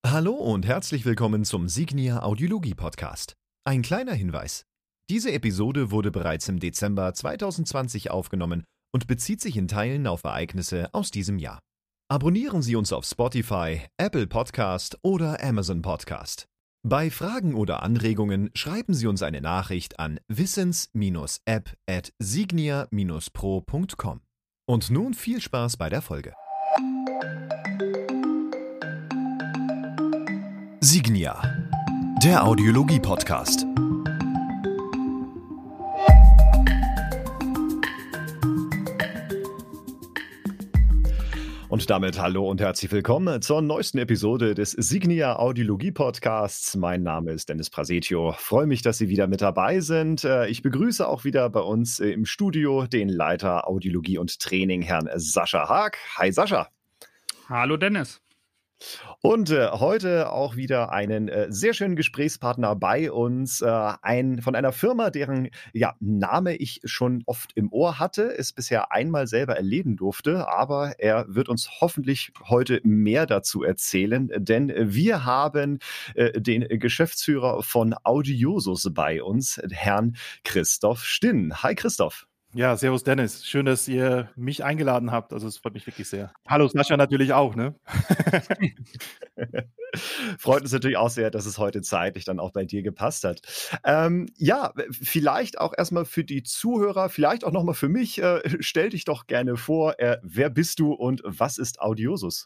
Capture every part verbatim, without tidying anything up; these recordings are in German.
Hallo und herzlich willkommen zum Signia Audiologie Podcast. Ein kleiner Hinweis. Diese Episode wurde bereits im Dezember zweitausendzwanzig aufgenommen und bezieht sich in Teilen auf Ereignisse aus diesem Jahr. Abonnieren Sie uns auf Spotify, Apple Podcast oder Amazon Podcast. Bei Fragen oder Anregungen schreiben Sie uns eine Nachricht an wissens Bindestrich app at signia Bindestrich pro Punkt com. Und nun viel Spaß bei der Folge. Signia, der Audiologie-Podcast. Und damit hallo und herzlich willkommen zur neuesten Episode des Signia Audiologie Podcasts. Mein Name ist Dennis Prasetio. Freue mich, dass Sie wieder mit dabei sind. Ich begrüße auch wieder bei uns im Studio den Leiter Audiologie und Training, Herrn Sascha Haag. Hi Sascha. Hallo Dennis. Und äh, heute auch wieder einen äh, sehr schönen Gesprächspartner bei uns, äh, ein, von einer Firma, deren ja, Name ich schon oft im Ohr hatte, es bisher einmal selber erleben durfte, aber er wird uns hoffentlich heute mehr dazu erzählen, denn wir haben äh, den Geschäftsführer von Audiosus bei uns, Herrn Christoph Stinn. Hi Christoph. Ja, servus Dennis. Schön, dass ihr mich eingeladen habt. Also es freut mich wirklich sehr. Hallo Sascha natürlich auch, ne? Freut uns natürlich auch sehr, dass es heute zeitlich dann auch bei dir gepasst hat. Ähm, ja, vielleicht auch erstmal für die Zuhörer, vielleicht auch nochmal für mich, äh, stell dich doch gerne vor, äh, wer bist du und was ist Audiosus?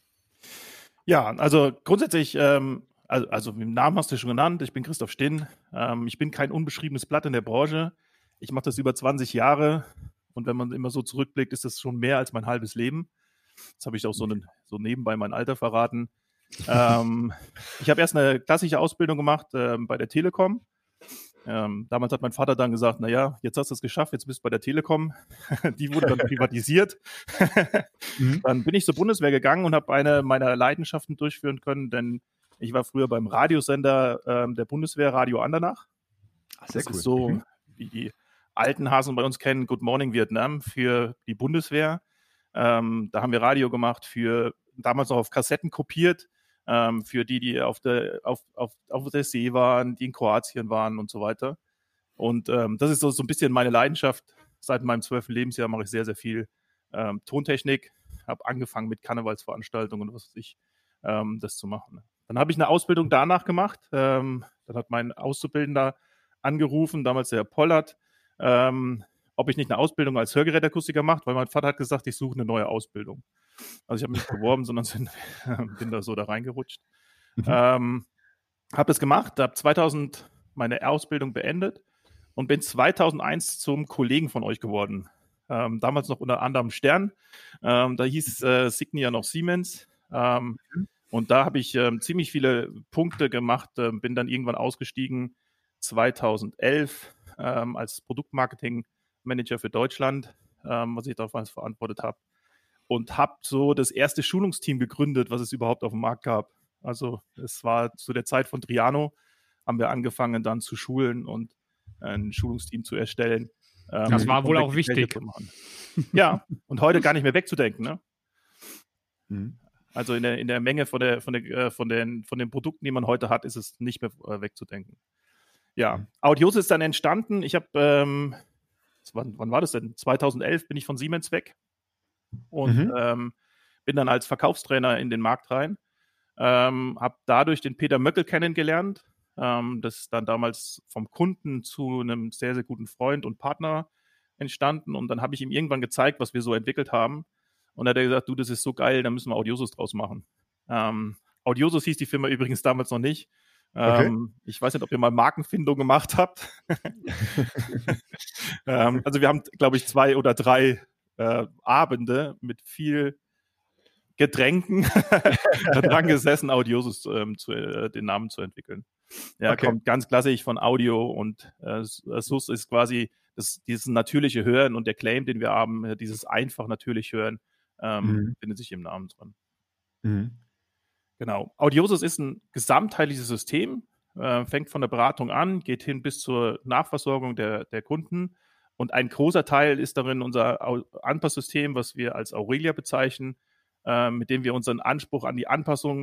Ja, also grundsätzlich, ähm, also, also den Namen hast du schon genannt, ich bin Christoph Stinn. Ähm, ich bin kein unbeschriebenes Blatt in der Branche. Ich mache das über zwanzig Jahre und wenn man immer so zurückblickt, ist das schon mehr als mein halbes Leben. Jetzt habe ich auch so, einen, so nebenbei mein Alter verraten. ähm, ich habe erst eine klassische Ausbildung gemacht ähm, bei der Telekom. Ähm, damals hat mein Vater dann gesagt, naja, jetzt hast du es geschafft, jetzt bist du bei der Telekom. Die wurde dann privatisiert. mhm. Dann bin ich zur Bundeswehr gegangen und habe eine meiner Leidenschaften durchführen können, denn ich war früher beim Radiosender ähm, der Bundeswehr, Radio Andernach. Ach, sehr das cool. ist so, mhm. wie die alten Hasen bei uns kennen, Good Morning Vietnam für die Bundeswehr. Ähm, da haben wir Radio gemacht, für damals noch auf Kassetten kopiert, ähm, für die, die auf der, auf, auf, auf der See waren, die in Kroatien waren und so weiter. Und ähm, das ist so, so ein bisschen meine Leidenschaft. Seit meinem zwölften Lebensjahr mache ich sehr, sehr viel ähm, Tontechnik. Habe angefangen mit Karnevalsveranstaltungen und was weiß ich, ähm, das zu machen. Dann habe ich eine Ausbildung danach gemacht. Ähm, dann hat mein Auszubildender angerufen, damals der Herr Pollert, ähm, ob ich nicht eine Ausbildung als Hörgerätakustiker mache, weil mein Vater hat gesagt, ich suche eine neue Ausbildung. Also ich habe mich nicht beworben, sondern sind, bin da so da reingerutscht. Mhm. Ähm, habe das gemacht, habe zweitausend meine Ausbildung beendet und bin zweitausendeins zum Kollegen von euch geworden. Ähm, damals noch unter anderem Stern. Ähm, da hieß äh, Signia noch Siemens. Ähm, mhm. Und da habe ich ähm, ziemlich viele Punkte gemacht, äh, bin dann irgendwann ausgestiegen, zweitausendelf ähm, als Produktmarketing-Manager für Deutschland, ähm, was ich damals verantwortet habe. Und habe so das erste Schulungsteam gegründet, was es überhaupt auf dem Markt gab. Also es war zu der Zeit von Triano, haben wir angefangen dann zu schulen und ein Schulungsteam zu erstellen. Ähm, das war wohl auch wichtig. Ja, und heute gar nicht mehr wegzudenken. Ne? Mhm. Also in der, in der Menge von, der, von, der, von, den, von den Produkten, die man heute hat, ist es nicht mehr äh, wegzudenken. Ja, Audiosus ist dann entstanden. Ich habe, ähm, wann, wann war das denn? zweitausendelf bin ich von Siemens weg und mhm. ähm, bin dann als Verkaufstrainer in den Markt rein. Ähm, habe dadurch den Peter Möckel kennengelernt. Ähm, das ist dann damals vom Kunden zu einem sehr, sehr guten Freund und Partner entstanden. Und dann habe ich ihm irgendwann gezeigt, was wir so entwickelt haben. Und dann hat er gesagt, du, das ist so geil, da müssen wir Audiosus draus machen. Ähm, Audiosus hieß die Firma übrigens damals noch nicht. Okay. Ähm, ich weiß nicht, ob ihr mal Markenfindung gemacht habt. ähm, also wir haben, glaube ich, zwei oder drei äh, Abende mit viel Getränken dran gesessen, Audiosus ähm, zu, äh, den Namen zu entwickeln. Ja, okay. Kommt ganz klassisch von Audio und äh, Sus ist quasi das, dieses natürliche Hören und der Claim, den wir haben, dieses einfach natürlich Hören, ähm, mhm. findet sich im Namen dran. Mhm. Genau. Audiosus ist ein gesamtheitliches System, äh, fängt von der Beratung an, geht hin bis zur Nachversorgung der, der Kunden. Und ein großer Teil ist darin unser Anpasssystem, was wir als Aurelia bezeichnen, äh, mit dem wir unseren Anspruch an die Anpassung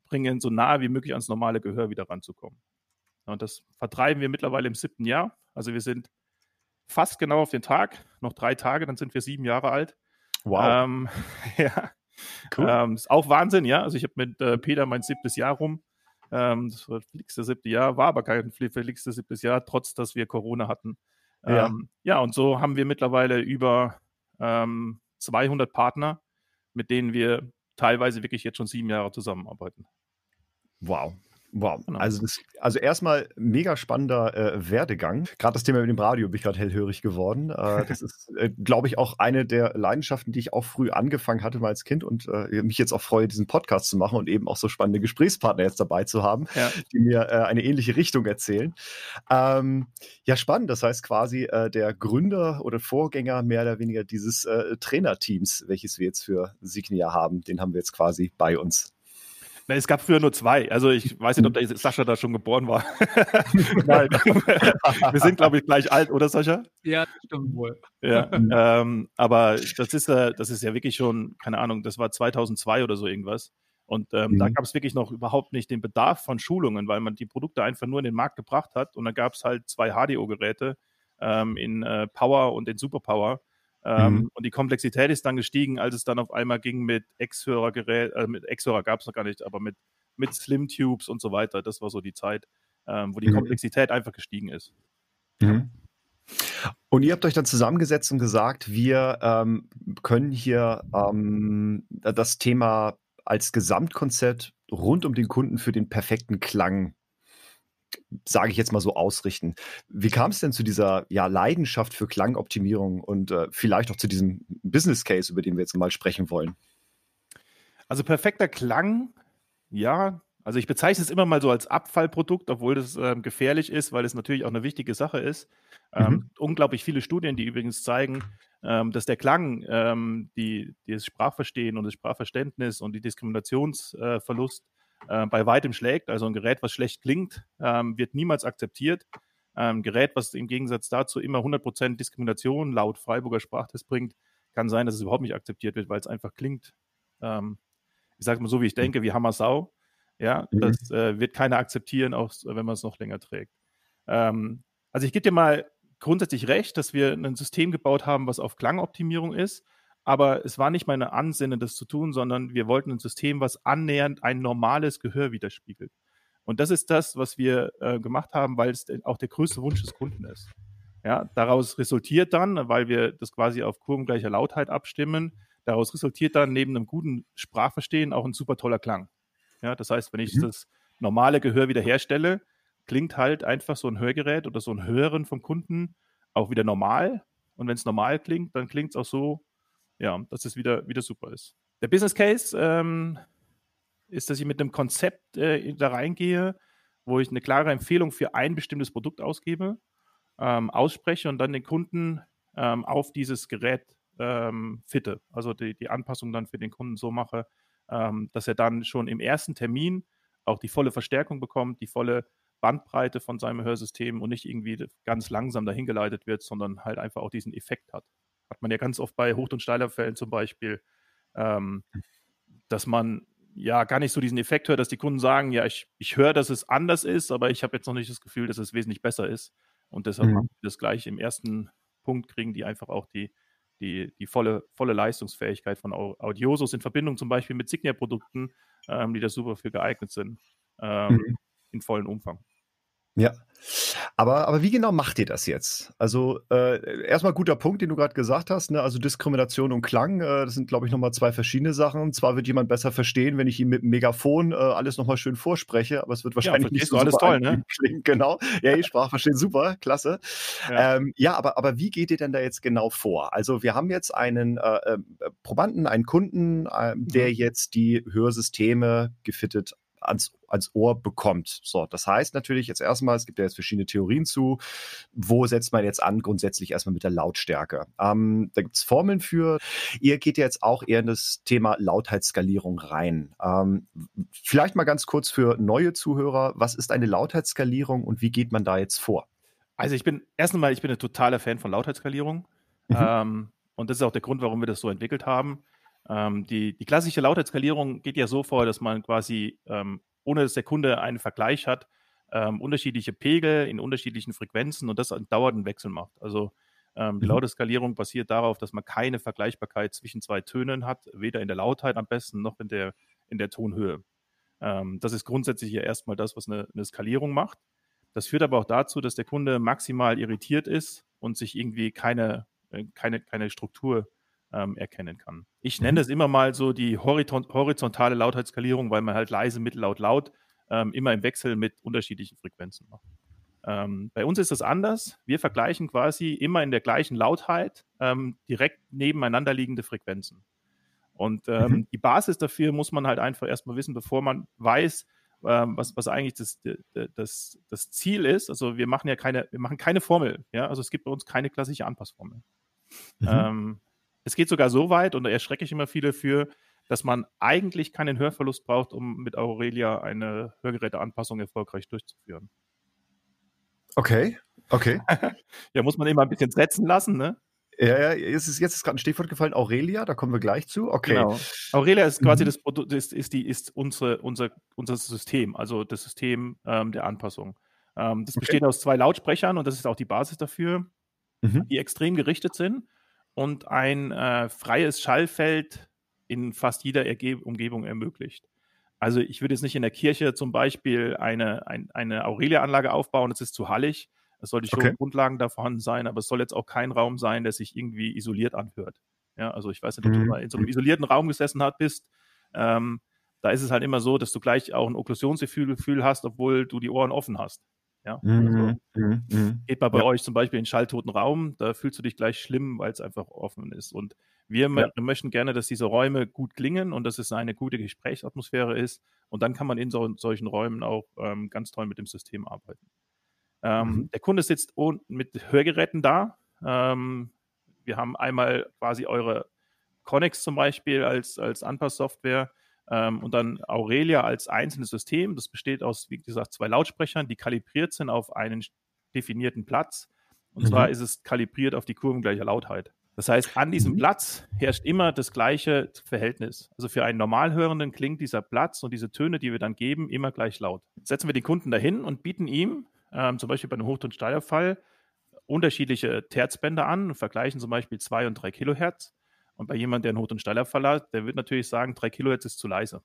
bringen, so nahe wie möglich ans normale Gehör wieder ranzukommen. Und das vertreiben wir mittlerweile im siebten Jahr. Also wir sind fast genau auf den Tag, noch drei Tage, dann sind wir sieben Jahre alt. Wow. Ähm, ja, cool. Ähm, ist auch Wahnsinn, ja. Also ich habe mit äh, Peter mein siebtes Jahr rum. Ähm, das war das fliegste siebte Jahr, war aber kein fliegste siebtes Jahr, trotz dass wir Corona hatten. Ähm, ja. ja, und so haben wir mittlerweile über ähm, zweihundert Partner, mit denen wir teilweise wirklich jetzt schon sieben Jahre zusammenarbeiten. Wow. Wow, Genau. also, das, also erstmal mega spannender äh, Werdegang. Gerade das Thema mit dem Radio bin ich gerade hellhörig geworden. Äh, das ist, äh, glaube ich, auch eine der Leidenschaften, die ich auch früh angefangen hatte mal als Kind und äh, mich jetzt auch freue, diesen Podcast zu machen und eben auch so spannende Gesprächspartner jetzt dabei zu haben, ja. die mir äh, eine ähnliche Richtung erzählen. Ähm, ja, spannend. Das heißt quasi äh, der Gründer oder Vorgänger mehr oder weniger dieses äh, Trainerteams, welches wir jetzt für Signia haben, den haben wir jetzt quasi bei uns. Na, es gab früher nur zwei. Also ich weiß nicht, ob der Sascha da schon geboren war. Nein. Wir sind, glaube ich, gleich alt, oder Sascha? Ja, das stimmt wohl. Ja, ähm, aber das ist, äh, das ist ja wirklich schon, keine Ahnung, das war zweitausendzwei oder so irgendwas. Und ähm, mhm. da gab es wirklich noch überhaupt nicht den Bedarf von Schulungen, weil man die Produkte einfach nur in den Markt gebracht hat. Und dann gab es halt zwei H D O-Geräte ähm, in äh, Power und in Superpower. Ähm, mhm. Und die Komplexität ist dann gestiegen, als es dann auf einmal ging mit Ex-Hörer-Gerät, äh, mit Ex-Hörer gab es noch gar nicht, aber mit, mit Slim-Tubes und so weiter. Das war so die Zeit, ähm, wo die mhm. Komplexität einfach gestiegen ist. Mhm. Und ihr habt euch dann zusammengesetzt und gesagt, wir ähm, können hier ähm, das Thema als Gesamtkonzept rund um den Kunden für den perfekten Klang, sage ich jetzt mal so, ausrichten. Wie kam es denn zu dieser ja, Leidenschaft für Klangoptimierung und äh, vielleicht auch zu diesem Business Case, über den wir jetzt mal sprechen wollen? Also perfekter Klang, ja. Also ich bezeichne es immer mal so als Abfallprodukt, obwohl das ähm, gefährlich ist, weil es natürlich auch eine wichtige Sache ist. Ähm, mhm. Unglaublich viele Studien, die übrigens zeigen, ähm, dass der Klang, ähm, die, die das Sprachverstehen und das Sprachverständnis und die Diskriminationsverlust äh, bei weitem schlägt. Also ein Gerät, was schlecht klingt, ähm, wird niemals akzeptiert. Ein Gerät, was im Gegensatz dazu immer hundert Prozent Diskrimination laut Freiburger Sprachtest bringt, kann sein, dass es überhaupt nicht akzeptiert wird, weil es einfach klingt, ähm, ich sage mal so, wie ich denke, wie Hammersau. Ja, mhm. Das äh, wird keiner akzeptieren, auch wenn man es noch länger trägt. Ähm, also ich gebe dir mal grundsätzlich recht, dass wir ein System gebaut haben, was auf Klangoptimierung ist. Aber es war nicht meine Ansinnen, das zu tun, sondern wir wollten ein System, was annähernd ein normales Gehör widerspiegelt. Und das ist das, was wir äh, gemacht haben, weil es auch der größte Wunsch des Kunden ist. Ja, daraus resultiert dann, weil wir das quasi auf kurvengleicher Lautheit abstimmen, daraus resultiert dann neben einem guten Sprachverstehen auch ein super toller Klang. Ja, das heißt, wenn ich mhm. das normale Gehör wiederherstelle, klingt halt einfach so ein Hörgerät oder so ein Hören vom Kunden auch wieder normal. Und wenn es normal klingt, dann klingt es auch so, ja, dass es wieder, wieder super ist. Der Business Case ähm, ist, dass ich mit einem Konzept äh, da reingehe, wo ich eine klare Empfehlung für ein bestimmtes Produkt ausgebe, ähm, ausspreche und dann den Kunden ähm, auf dieses Gerät ähm, fitte. Also die, die Anpassung dann für den Kunden so mache, ähm, dass er dann schon im ersten Termin auch die volle Verstärkung bekommt, die volle Bandbreite von seinem Hörsystem und nicht irgendwie ganz langsam dahin geleitet wird, sondern halt einfach auch diesen Effekt hat. Hat man ja ganz oft bei Hoch- und Steilerfällen zum Beispiel, ähm, dass man ja gar nicht so diesen Effekt hört, dass die Kunden sagen, ja, ich, ich höre, dass es anders ist, aber ich habe jetzt noch nicht das Gefühl, dass es wesentlich besser ist. Und deshalb mhm. das gleich im ersten Punkt kriegen die einfach auch die, die, die volle, volle Leistungsfähigkeit von Audiosus in Verbindung zum Beispiel mit Signia-Produkten, ähm, die da super für geeignet sind, ähm, mhm. in vollen Umfang. Ja, aber, aber wie genau macht ihr das jetzt? Also äh, erstmal guter Punkt, den du gerade gesagt hast, ne? Also Diskrimination und Klang, äh, das sind, glaube ich, nochmal zwei verschiedene Sachen. Zwar wird jemand besser verstehen, wenn ich ihm mit dem Megafon äh, alles nochmal schön vorspreche, aber es wird wahrscheinlich ja, nicht so alles toll, ne? klingen. Genau, ja, ich Sprachverstehen, super, klasse. Ja, ähm, ja aber, aber wie geht ihr denn da jetzt genau vor? Also wir haben jetzt einen äh, äh, Probanden, einen Kunden, äh, der mhm. jetzt die Hörsysteme gefittet ans, ans Ohr bekommt. So, das heißt natürlich jetzt erstmal, es gibt ja jetzt verschiedene Theorien zu, wo setzt man jetzt an? Grundsätzlich erstmal mit der Lautstärke. Ähm, da gibt es Formeln für. Ihr geht ja jetzt auch eher in das Thema Lautheitsskalierung rein. Ähm, vielleicht mal ganz kurz für neue Zuhörer, was ist eine Lautheitsskalierung und wie geht man da jetzt vor? Also ich bin, erst einmal, ich bin ein totaler Fan von Lautheitsskalierung. Mhm. Ähm, und das ist auch der Grund, warum wir das so entwickelt haben. Ähm, die, die klassische Lautheitsskalierung geht ja so vor, dass man quasi, ähm, ohne dass der Kunde einen Vergleich hat, ähm, unterschiedliche Pegel in unterschiedlichen Frequenzen und das einen dauernden Wechsel macht. Also ähm, die Mhm. Lautheitsskalierung basiert darauf, dass man keine Vergleichbarkeit zwischen zwei Tönen hat, weder in der Lautheit am besten noch in der, in der Tonhöhe. Ähm, das ist grundsätzlich ja erstmal das, was eine, eine Skalierung macht. Das führt aber auch dazu, dass der Kunde maximal irritiert ist und sich irgendwie keine, äh, keine, keine Struktur ähm, erkennen kann. Ich nenne Mhm. das immer mal so die horizont horizontale Lautheitsskalierung, weil man halt leise, mittellaut, laut ähm, immer im Wechsel mit unterschiedlichen Frequenzen macht. Ähm, bei uns ist das anders. Wir vergleichen quasi immer in der gleichen Lautheit ähm, direkt nebeneinander liegende Frequenzen. Und ähm, Mhm. die Basis dafür muss man halt einfach erstmal wissen, bevor man weiß, ähm, was, was eigentlich das, das, das Ziel ist. Also wir machen ja keine, wir machen keine Formel, ja. Also es gibt bei uns keine klassische Anpassformel. Mhm. Ähm, es geht sogar so weit, und da erschrecke ich immer viele für, dass man eigentlich keinen Hörverlust braucht, um mit Aurelia eine Hörgeräteanpassung erfolgreich durchzuführen. Okay, okay. Ja, muss man immer ein bisschen setzen lassen, ne? Ja, ja, jetzt ist, jetzt ist gerade ein Stichwort gefallen, Aurelia, da kommen wir gleich zu. Okay. Genau. Aurelia ist quasi Mhm. das Produkt, ist, ist, die, ist unsere, unser, unser System, also das System ähm, der Anpassung. Ähm, das Okay. besteht aus zwei Lautsprechern und das ist auch die Basis dafür, Mhm. die extrem gerichtet sind und ein äh, freies Schallfeld in fast jeder Erge Umgebung ermöglicht. Also ich würde jetzt nicht in der Kirche zum Beispiel eine, ein, eine Aurelia-Anlage aufbauen, das ist zu hallig. Es sollte schon Okay. Grundlagen da vorhanden sein, aber es soll jetzt auch kein Raum sein, der sich irgendwie isoliert anhört. Ja, also ich weiß nicht, ob du Mhm. mal in so einem isolierten Raum gesessen hast, bist. Ähm, da ist es halt immer so, dass du gleich auch ein Okklusionsgefühl hast, obwohl du die Ohren offen hast. Ja, also Mhm. Mhm. Mhm. geht mal bei Ja. euch zum Beispiel in einen schalltoten Raum, da fühlst du dich gleich schlimm, weil es einfach offen ist. Und wir Ja. mö möchten gerne, dass diese Räume gut klingen und dass es eine gute Gesprächsatmosphäre ist. Und dann kann man in so, solchen Räumen auch ähm, ganz toll mit dem System arbeiten. Ähm, Mhm. der Kunde sitzt mit Hörgeräten da. Ähm, wir haben einmal quasi eure Connex zum Beispiel als, als Anpasssoftware ähm, und dann Aurelia als einzelnes System. Das besteht aus, wie gesagt, zwei Lautsprechern, die kalibriert sind auf einen definierten Platz. Und Mhm. zwar ist es kalibriert auf die kurvengleiche Lautheit. Das heißt, an diesem Mhm. Platz herrscht immer das gleiche Verhältnis. Also für einen Normalhörenden klingt dieser Platz und diese Töne, die wir dann geben, immer gleich laut. Setzen wir den Kunden dahin und bieten ihm ähm, zum Beispiel bei einem Hochton-Steilerfall unterschiedliche Terzbänder an und vergleichen zum Beispiel zwei und drei Kilohertz. Und bei jemandem, der einen Hoch- und Steilabfall hat, der wird natürlich sagen, drei Kilohertz ist zu leise.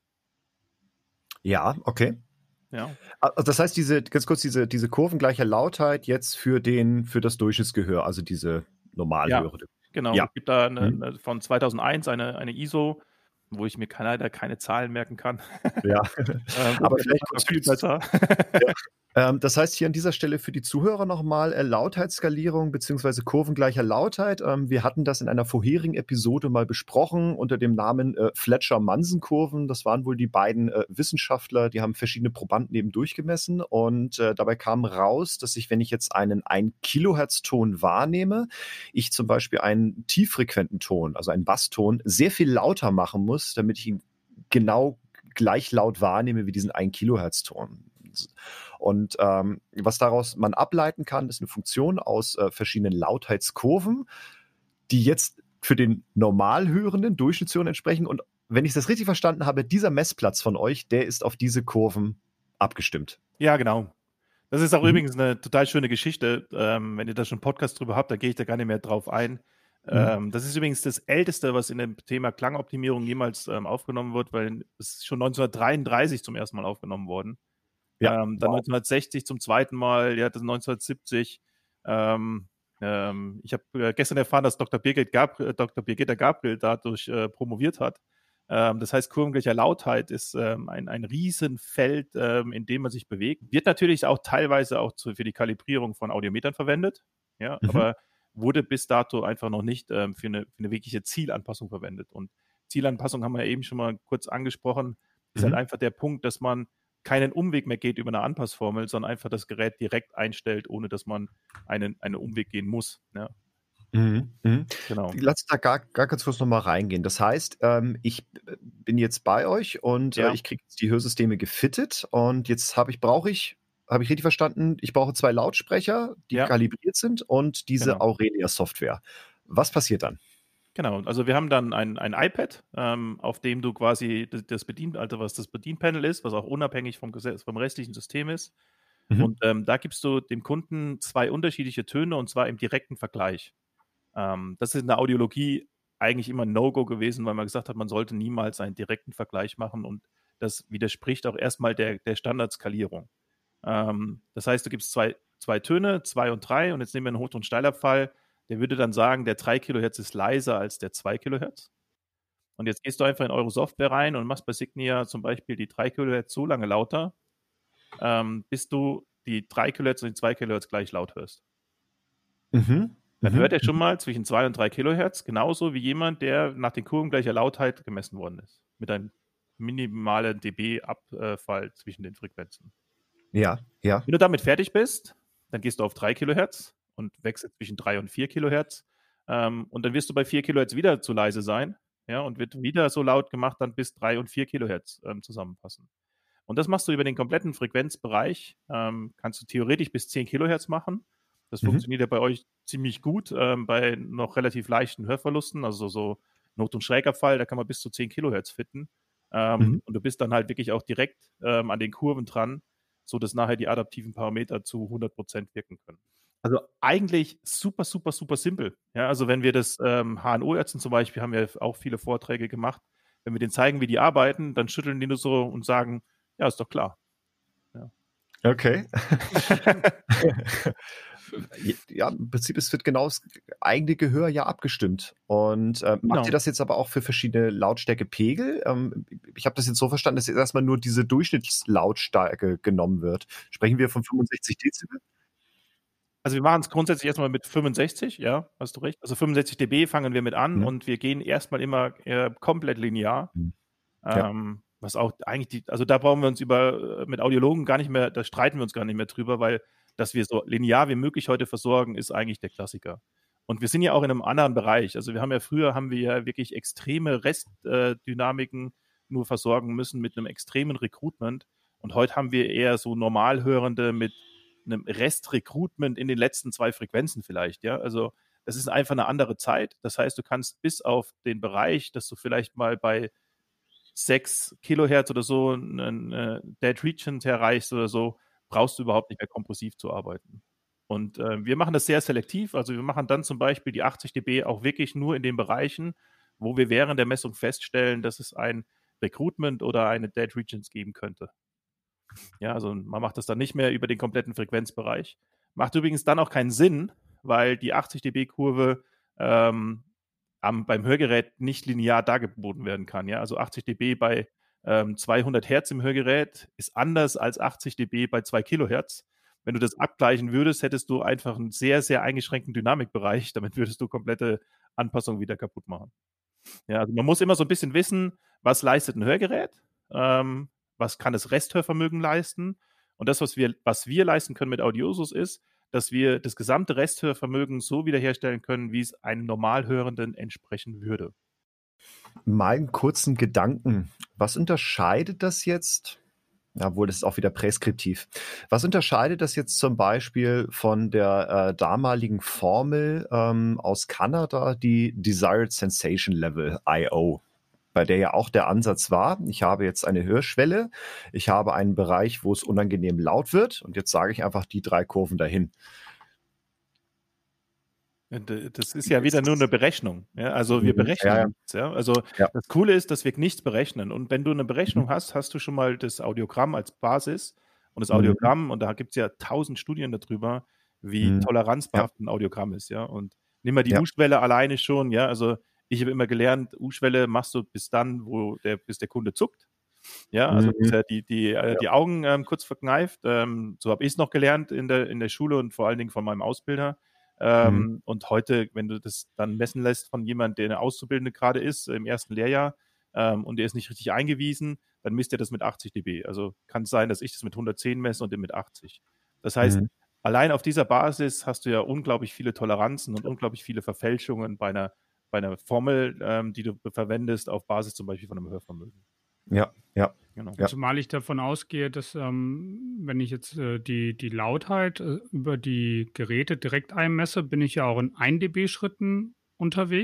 Ja, okay. Ja. Also das heißt, diese, ganz kurz, diese, diese kurvengleiche Lautheit jetzt für den, für das Durchschnittsgehör, also diese Normalhörende. Ja, genau. Ja. Es gibt da eine, Mhm. eine, von zweitausendeins eine, eine I S O, wo ich mir leider keine Zahlen merken kann. Ja. ähm, Aber das vielleicht ist kurz viel für die- besser. Ja. Ähm, das heißt hier an dieser Stelle für die Zuhörer nochmal äh, Lautheitsskalierung beziehungsweise kurvengleicher Lautheit. Ähm, wir hatten das in einer vorherigen Episode mal besprochen unter dem Namen äh, Fletcher-Manson-Kurven. Das waren wohl die beiden äh, Wissenschaftler, die haben verschiedene Probanden eben durchgemessen und äh, dabei kam raus, dass ich, wenn ich jetzt einen ein Kilohertz-Ton wahrnehme, ich zum Beispiel einen tieffrequenten Ton, also einen Basston, sehr viel lauter machen muss, damit ich ihn genau gleich laut wahrnehme wie diesen ein Kilohertz-Ton. Und ähm, was daraus man ableiten kann, ist eine Funktion aus äh, verschiedenen Lautheitskurven, die jetzt für den Normalhörenden Durchschnittshörenden entsprechen. Und wenn ich das richtig verstanden habe, dieser Messplatz von euch, der ist auf diese Kurven abgestimmt. Ja, genau. Das ist auch Mhm. übrigens eine total schöne Geschichte. Ähm, wenn ihr da schon einen Podcast drüber habt, da gehe ich da gar nicht mehr drauf ein. Ähm, das ist übrigens das Älteste, was in dem Thema Klangoptimierung jemals ähm, aufgenommen wird, weil es ist schon neunzehnhundertdreiunddreißig zum ersten Mal aufgenommen worden. Ja, Ähm, dann wow. neunzehnhundertsechzig zum zweiten Mal, ja, das neunzehnhundertsiebzig. Ähm, ähm, ich habe äh, gestern erfahren, dass Doktor Birgit Gabriel, Doktor Birgitta Gabriel dadurch äh, promoviert hat. Ähm, das heißt, kurvengleicher Lautheit ist ähm, ein, ein Riesenfeld, ähm, in dem man sich bewegt. Wird natürlich auch teilweise auch zu, für die Kalibrierung von Audiometern verwendet, ja, Mhm. aber wurde bis dato einfach noch nicht ähm, für, eine, für eine wirkliche Zielanpassung verwendet. Und Zielanpassung haben wir ja eben schon mal kurz angesprochen, ist Mhm. halt einfach der Punkt, dass man keinen Umweg mehr geht über eine Anpassformel, sondern einfach das Gerät direkt einstellt, ohne dass man einen, einen Umweg gehen muss. Ja, Mhm. Mhm. genau. Lass da gar, gar ganz kurz nochmal reingehen. Das heißt, ähm, ich bin jetzt bei euch und Ja. äh, ich kriege die Hörsysteme gefittet und jetzt habe ich, brauche ich, habe ich richtig verstanden, ich brauche zwei Lautsprecher, die Ja. kalibriert sind und diese Genau. Aurelia-Software. Was passiert dann? Genau, also wir haben dann ein, ein iPad, ähm, auf dem du quasi das, das Bedien, also was das Bedienpanel ist, was auch unabhängig vom, Gesetz, vom restlichen System ist. Mhm. Und ähm, da gibst du dem Kunden zwei unterschiedliche Töne und zwar im direkten Vergleich. Ähm, das ist in der Audiologie eigentlich immer ein No-Go gewesen, weil man gesagt hat, man sollte niemals einen direkten Vergleich machen und das widerspricht auch erstmal der, der Standardskalierung. Ähm, das heißt, du gibst zwei, zwei Töne, zwei und drei und jetzt nehmen wir einen Hoch- und Steilabfall. Der würde dann sagen, der drei Kilohertz ist leiser als der zwei Kilohertz. Und jetzt gehst du einfach in eure Software rein und machst bei Signia zum Beispiel die drei Kilohertz so lange lauter, ähm, bis du die drei Kilohertz und die zwei Kilohertz gleich laut hörst. Mhm. Dann Mhm. hört er schon mal zwischen zwei und drei Kilohertz, genauso wie jemand, der nach den Kurven gleicher Lautheit gemessen worden ist. Mit einem minimalen dB-Abfall zwischen den Frequenzen. Ja, ja. Wenn du damit fertig bist, dann gehst du auf drei Kilohertz und wechselst zwischen drei und vier Kilohertz. Ähm, und dann wirst du bei vier Kilohertz wieder zu leise sein. Ja, und wird wieder so laut gemacht, dann bis drei und vier Kilohertz ähm, zusammenpassen. Und das machst du über den kompletten Frequenzbereich. Ähm, kannst du theoretisch bis zehn Kilohertz machen. Das Mhm. funktioniert ja bei euch ziemlich gut ähm, bei noch relativ leichten Hörverlusten, also so Not- und Schrägabfall, da kann man bis zu zehn Kilohertz fitten. Ähm, Mhm. Und du bist dann halt wirklich auch direkt ähm, an den Kurven dran, sodass nachher die adaptiven Parameter zu hundert Prozent wirken können. Also eigentlich super, super, super simpel. Ja, also wenn wir das ähm, H N O-Ärzten zum Beispiel, haben wir auch viele Vorträge gemacht, wenn wir denen zeigen, wie die arbeiten, dann schütteln die nur so und sagen, ja, ist doch klar. Ja. Okay. Ja, im Prinzip es wird genau das eigene Gehör ja abgestimmt. Und äh, macht Genau. ihr das jetzt aber auch für verschiedene Lautstärkepegel? Ähm, ich habe das jetzt so verstanden, dass jetzt erstmal nur diese Durchschnittslautstärke genommen wird. Sprechen wir von fünfundsechzig Dezibel? Also wir machen es grundsätzlich erstmal mit fünfundsechzig, ja, hast du recht. Also fünfundsechzig dB fangen wir mit an Mhm. und wir gehen erstmal immer äh, komplett linear. Mhm. Ja. Ähm, was auch eigentlich die, also da brauchen wir uns über mit Audiologen gar nicht mehr, da streiten wir uns gar nicht mehr drüber, weil dass wir so linear wie möglich heute versorgen, ist eigentlich der Klassiker. Und wir sind ja auch in einem anderen Bereich. Also wir haben ja früher haben wir ja wirklich extreme Restdynamiken nur versorgen müssen mit einem extremen Recruitment. Und heute haben wir eher so Normalhörende mit einem Restrecruitment in den letzten zwei Frequenzen vielleicht, ja. Also das ist einfach eine andere Zeit. Das heißt, du kannst bis auf den Bereich, dass du vielleicht mal bei sechs Kilohertz oder so einen äh, Dead Region erreichst oder so, brauchst du überhaupt nicht mehr kompressiv zu arbeiten. Und äh, wir machen das sehr selektiv. Also wir machen dann zum Beispiel die achtzig dB auch wirklich nur in den Bereichen, wo wir während der Messung feststellen, dass es ein Recruitment oder eine Dead Regions geben könnte. Ja, also man macht das dann nicht mehr über den kompletten Frequenzbereich. Macht übrigens dann auch keinen Sinn, weil die achtzig dB-Kurve ähm, am, beim Hörgerät nicht linear dargeboten werden kann. Ja? Also achtzig dB bei ähm, zweihundert Hertz im Hörgerät ist anders als achtzig dB bei zwei Kilohertz. Wenn du das abgleichen würdest, hättest du einfach einen sehr, sehr eingeschränkten Dynamikbereich. Damit würdest du komplette Anpassungen wieder kaputt machen. Ja, also man muss immer so ein bisschen wissen, was leistet ein Hörgerät, ähm, was kann das Resthörvermögen leisten. Und das, was wir, was wir leisten können mit Audiosus, ist, dass wir das gesamte Resthörvermögen so wiederherstellen können, wie es einem Normalhörenden entsprechen würde. Mal einen kurzen Gedanken. Was unterscheidet das jetzt? Obwohl, das ist auch wieder präskriptiv. Was unterscheidet das jetzt zum Beispiel von der äh, damaligen Formel ähm, aus Kanada, die Desired Sensation Level I O, bei der ja auch der Ansatz war, ich habe jetzt eine Hörschwelle, ich habe einen Bereich, wo es unangenehm laut wird und jetzt sage ich einfach die drei Kurven dahin. Das ist ja wieder nur eine Berechnung. Ja? Also wir berechnen ja, ja. nichts. Ja? Also ja. Das Coole ist, dass wir nichts berechnen. Und wenn du eine Berechnung mhm. hast, hast du schon mal das Audiogramm als Basis. Und das Audiogramm, mhm. und da gibt es ja tausend Studien darüber, wie mhm. toleranzbehaftet ja. ein Audiogramm ist. Ja? Und nimm mal die ja. U-Schwelle alleine schon. Ja? Also ich habe immer gelernt, U-Schwelle machst du bis dann, wo der, bis der Kunde zuckt. Ja, also mhm. bis er die, die, äh, ja. die Augen ähm, kurz verkneift. Ähm, so habe ich es noch gelernt in der, in der Schule und vor allen Dingen von meinem Ausbilder. Ähm, mhm. Und heute, wenn du das dann messen lässt von jemandem, der eine Auszubildende gerade ist, im ersten Lehrjahr, ähm, und der ist nicht richtig eingewiesen, dann misst er das mit achtzig dB. Also kann es sein, dass ich das mit hundertzehn messe und den mit achtzig. Das heißt, mhm. allein auf dieser Basis hast du ja unglaublich viele Toleranzen und unglaublich viele Verfälschungen bei einer, bei einer Formel, ähm, die du verwendest auf Basis zum Beispiel von einem Hörvermögen. Ja, ja. Genau. Ja. Zumal ich davon ausgehe, dass ähm, wenn ich jetzt äh, die, die Lautheit äh, über die Geräte direkt einmesse, bin ich ja auch in ein dB Schritten unterwegs.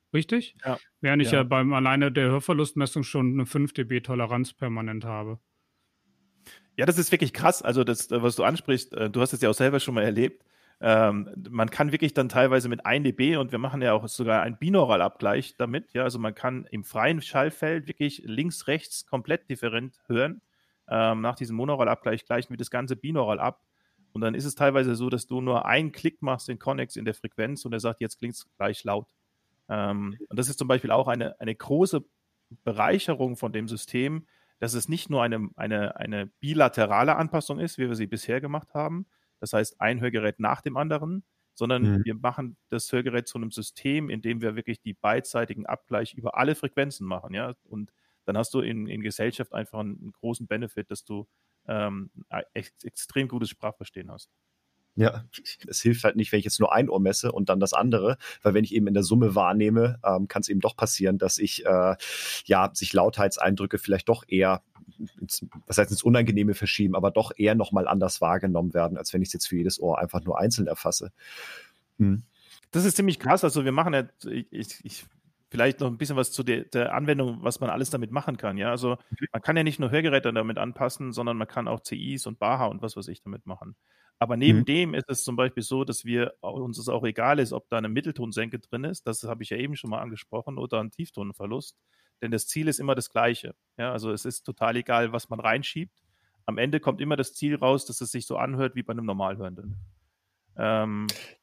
Richtig? Ja. Während ich ja Ja. beim alleine der Hörverlustmessung schon eine fünf Dezibel Toleranz permanent habe. Ja, das ist wirklich krass. Also das, äh, was du ansprichst, äh, du hast es ja auch selber schon mal erlebt. Ähm, man kann wirklich dann teilweise mit ein Dezibel, und wir machen ja auch sogar einen Binauralabgleich damit. Ja, also man kann im freien Schallfeld wirklich links, rechts komplett different hören. Ähm, nach diesem Monoraulabgleich gleichen wir das ganze binaural ab. Und dann ist es teilweise so, dass du nur einen Klick machst in Connex in der Frequenz und er sagt, jetzt klingt es gleich laut. Ähm, und das ist zum Beispiel auch eine, eine große Bereicherung von dem System, dass es nicht nur eine, eine, eine bilaterale Anpassung ist, wie wir sie bisher gemacht haben, das heißt ein Hörgerät nach dem anderen, sondern Mhm. wir machen das Hörgerät zu einem System, in dem wir wirklich die beidseitigen Abgleich über alle Frequenzen machen, ja, und dann hast du in, in Gesellschaft einfach einen, einen großen Benefit, dass du ähm, ex, extrem gutes Sprachverstehen hast. Ja, es hilft halt nicht, wenn ich jetzt nur ein Ohr messe und dann das andere, weil wenn ich eben in der Summe wahrnehme, ähm, kann es eben doch passieren, dass ich äh, ja sich Lautheitseindrücke vielleicht doch eher, ins, was heißt ins Unangenehme verschieben, aber doch eher nochmal anders wahrgenommen werden, als wenn ich es jetzt für jedes Ohr einfach nur einzeln erfasse. Hm. Das ist ziemlich krass. Also wir machen ja, ich, ich vielleicht noch ein bisschen was zu der, der Anwendung, was man alles damit machen kann. Ja, also man kann ja nicht nur Hörgeräte damit anpassen, sondern man kann auch C Is und Baha und was weiß ich damit machen. Aber neben mhm. dem ist es zum Beispiel so, dass wir uns es auch egal ist, ob da eine Mitteltonsenke drin ist, das habe ich ja eben schon mal angesprochen, oder ein Tieftonverlust, denn das Ziel ist immer das gleiche. Ja, also es ist total egal, was man reinschiebt. Am Ende kommt immer das Ziel raus, dass es sich so anhört wie bei einem Normalhörenden. Ähm,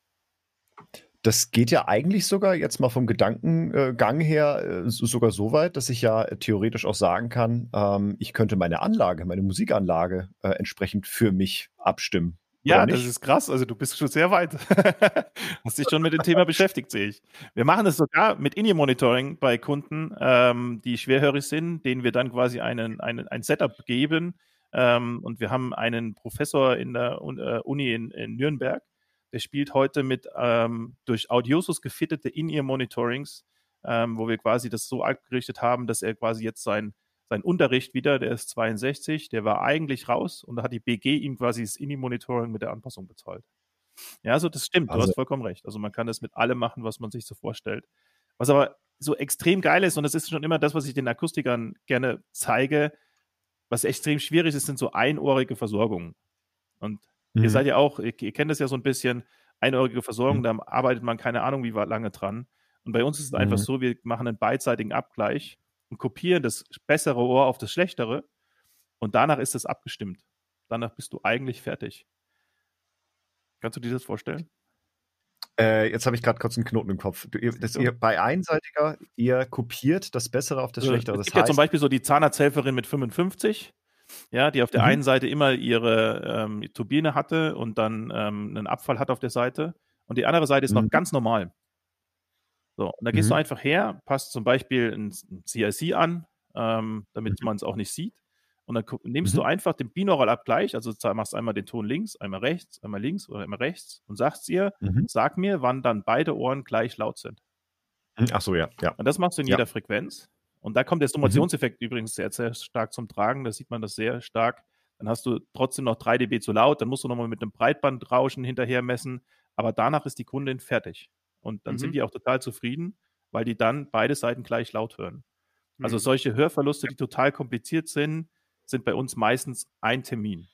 Das geht ja eigentlich sogar jetzt mal vom Gedankengang her äh, sogar so weit, dass ich ja theoretisch auch sagen kann, ähm, ich könnte meine Anlage, meine Musikanlage äh, entsprechend für mich abstimmen. Ja, das ist krass. Also du bist schon sehr weit. Hast dich schon mit dem Thema beschäftigt, sehe ich. Wir machen das sogar mit In-Ear-Monitoring bei Kunden, ähm, die schwerhörig sind, denen wir dann quasi einen, einen, ein Setup geben. Ähm, und wir haben einen Professor in der Uni in, in Nürnberg, der spielt heute mit ähm, durch Audiosus gefittete In-Ear-Monitorings, ähm, wo wir quasi das so abgerichtet haben, dass er quasi jetzt sein Sein Unterricht wieder, der ist zweiundsechzig, der war eigentlich raus und da hat die B G ihm quasi das In-Ear-Monitoring mit der Anpassung bezahlt. Ja, also das stimmt, also, du hast vollkommen recht. Also man kann das mit allem machen, was man sich so vorstellt. Was aber so extrem geil ist, und das ist schon immer das, was ich den Akustikern gerne zeige, was extrem schwierig ist, sind so einohrige Versorgungen. Und mhm. ihr seid ja auch, ihr, ihr kennt das ja so ein bisschen, einohrige Versorgung, mhm. da arbeitet man keine Ahnung, wie lange dran. Und bei uns ist es mhm. einfach so, wir machen einen beidseitigen Abgleich und kopieren das bessere Ohr auf das schlechtere und danach ist es abgestimmt. Danach bist du eigentlich fertig. Kannst du dir das vorstellen? Äh, jetzt habe ich gerade kurz einen Knoten im Kopf. Du, ihr, dass so. ihr bei einseitiger, ihr kopiert das Bessere auf das also, Schlechtere. Es gibt das heißt, ja zum Beispiel so die Zahnarzthelferin mit fünfundfünfzig, ja, die auf der mhm. einen Seite immer ihre ähm, Turbine hatte und dann ähm, einen Abfall hat auf der Seite und die andere Seite ist mhm. noch ganz normal. So, und da gehst mhm. du einfach her, passt zum Beispiel ein C I C an, ähm, damit mhm. man es auch nicht sieht. Und dann nimmst mhm. du einfach den Binauralabgleich, also machst einmal den Ton links, einmal rechts, einmal links oder einmal rechts und sagst ihr, mhm. sag mir, wann dann beide Ohren gleich laut sind. Ach so, ja. ja. Und das machst du in ja. jeder Frequenz. Und da kommt der Summationseffekt mhm. übrigens sehr, sehr stark zum Tragen. Da sieht man das sehr stark. Dann hast du trotzdem noch drei Dezibel zu laut. Dann musst du nochmal mit einem Breitbandrauschen hinterher messen. Aber danach ist die Kundin fertig. Und dann mhm. sind die auch total zufrieden, weil die dann beide Seiten gleich laut hören. Mhm. Also solche Hörverluste, die total kompliziert sind, sind bei uns meistens ein Termin.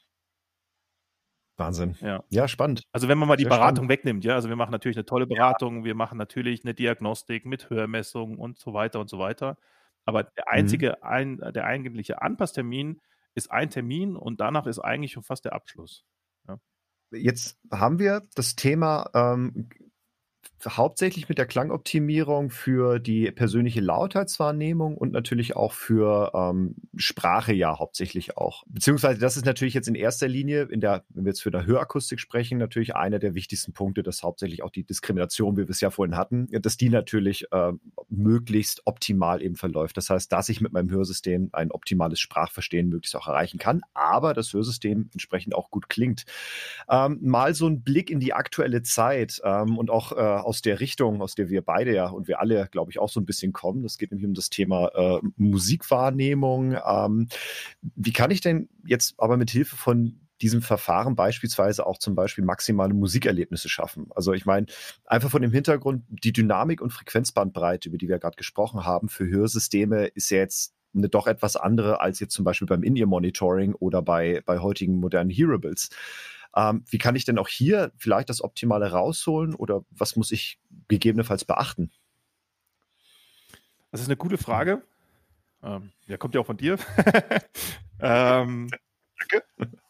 Wahnsinn. Ja, ja spannend. Also wenn man mal die Sehr Beratung spannend. wegnimmt, ja, also wir machen natürlich eine tolle Beratung, ja. wir machen natürlich eine Diagnostik mit Hörmessungen und so weiter und so weiter. Aber der einzige, mhm. ein, der eigentliche Anpasstermin ist ein Termin und danach ist eigentlich schon fast der Abschluss. Ja. Jetzt haben wir das Thema ähm, hauptsächlich mit der Klangoptimierung für die persönliche Lautheitswahrnehmung und natürlich auch für ähm, Sprache ja hauptsächlich auch. Beziehungsweise das ist natürlich jetzt in erster Linie, in der, wenn wir jetzt für eine Hörakustik sprechen, natürlich einer der wichtigsten Punkte, dass hauptsächlich auch die Diskrimination, wie wir es ja vorhin hatten, dass die natürlich äh, möglichst optimal eben verläuft. Das heißt, dass ich mit meinem Hörsystem ein optimales Sprachverstehen möglichst auch erreichen kann, aber das Hörsystem entsprechend auch gut klingt. Ähm, mal so ein Blick in die aktuelle Zeit ähm, und auch äh, aus der Richtung, aus der wir beide ja und wir alle, glaube ich, auch so ein bisschen kommen. Das geht nämlich um das Thema äh, Musikwahrnehmung. Ähm, wie kann ich denn jetzt aber mit Hilfe von diesem Verfahren beispielsweise auch zum Beispiel maximale Musikerlebnisse schaffen. Also ich meine, einfach von dem Hintergrund, die Dynamik und Frequenzbandbreite, über die wir gerade gesprochen haben, für Hörsysteme ist ja jetzt eine doch etwas andere als jetzt zum Beispiel beim In-Ear-Monitoring oder bei, bei heutigen modernen Hearables. Ähm, wie kann ich denn auch hier vielleicht das Optimale rausholen oder was muss ich gegebenenfalls beachten? Das ist eine gute Frage. Ähm, ja, kommt ja auch von dir. ähm, Danke.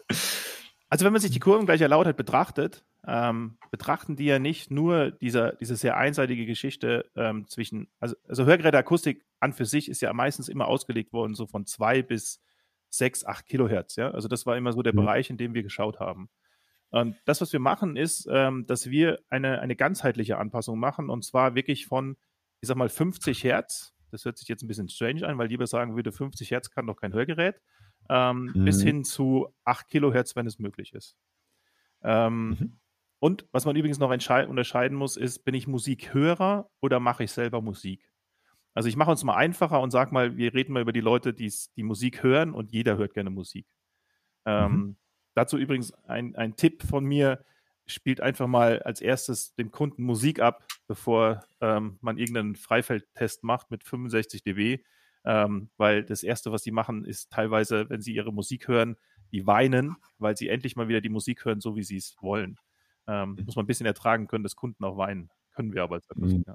Also wenn man sich die Kurvengleicher Lautheit betrachtet, ähm, betrachten die ja nicht nur dieser, diese sehr einseitige Geschichte ähm, zwischen, also, also Hörgeräteakustik an für sich ist ja meistens immer ausgelegt worden, so von zwei bis sechs, acht Kilohertz. Ja? Also das war immer so der Mhm. Bereich, in dem wir geschaut haben. Und das, was wir machen, ist, ähm, dass wir eine, eine ganzheitliche Anpassung machen und zwar wirklich von, ich sag mal, fünfzig Hertz. Das hört sich jetzt ein bisschen strange an, weil lieber sagen würde, fünfzig Hertz kann doch kein Hörgerät, ähm, Mhm. bis hin zu acht Kilohertz, wenn es möglich ist. Ähm, Mhm. Und was man übrigens noch unterscheiden muss, ist, bin ich Musikhörer oder mache ich selber Musik? Also ich mache uns mal einfacher und sage mal, wir reden mal über die Leute, die Musik hören und jeder hört gerne Musik. Ähm, Mhm. Dazu übrigens ein, ein Tipp von mir, spielt einfach mal als erstes dem Kunden Musik ab, bevor ähm, man irgendeinen Freifeldtest macht mit fünfundsechzig Dezibel, ähm, weil das Erste, was die machen, ist teilweise, wenn sie ihre Musik hören, die weinen, weil sie endlich mal wieder die Musik hören, so wie sie es wollen. Ähm, muss man ein bisschen ertragen können, dass Kunden auch weinen. Können wir aber als Akustiker.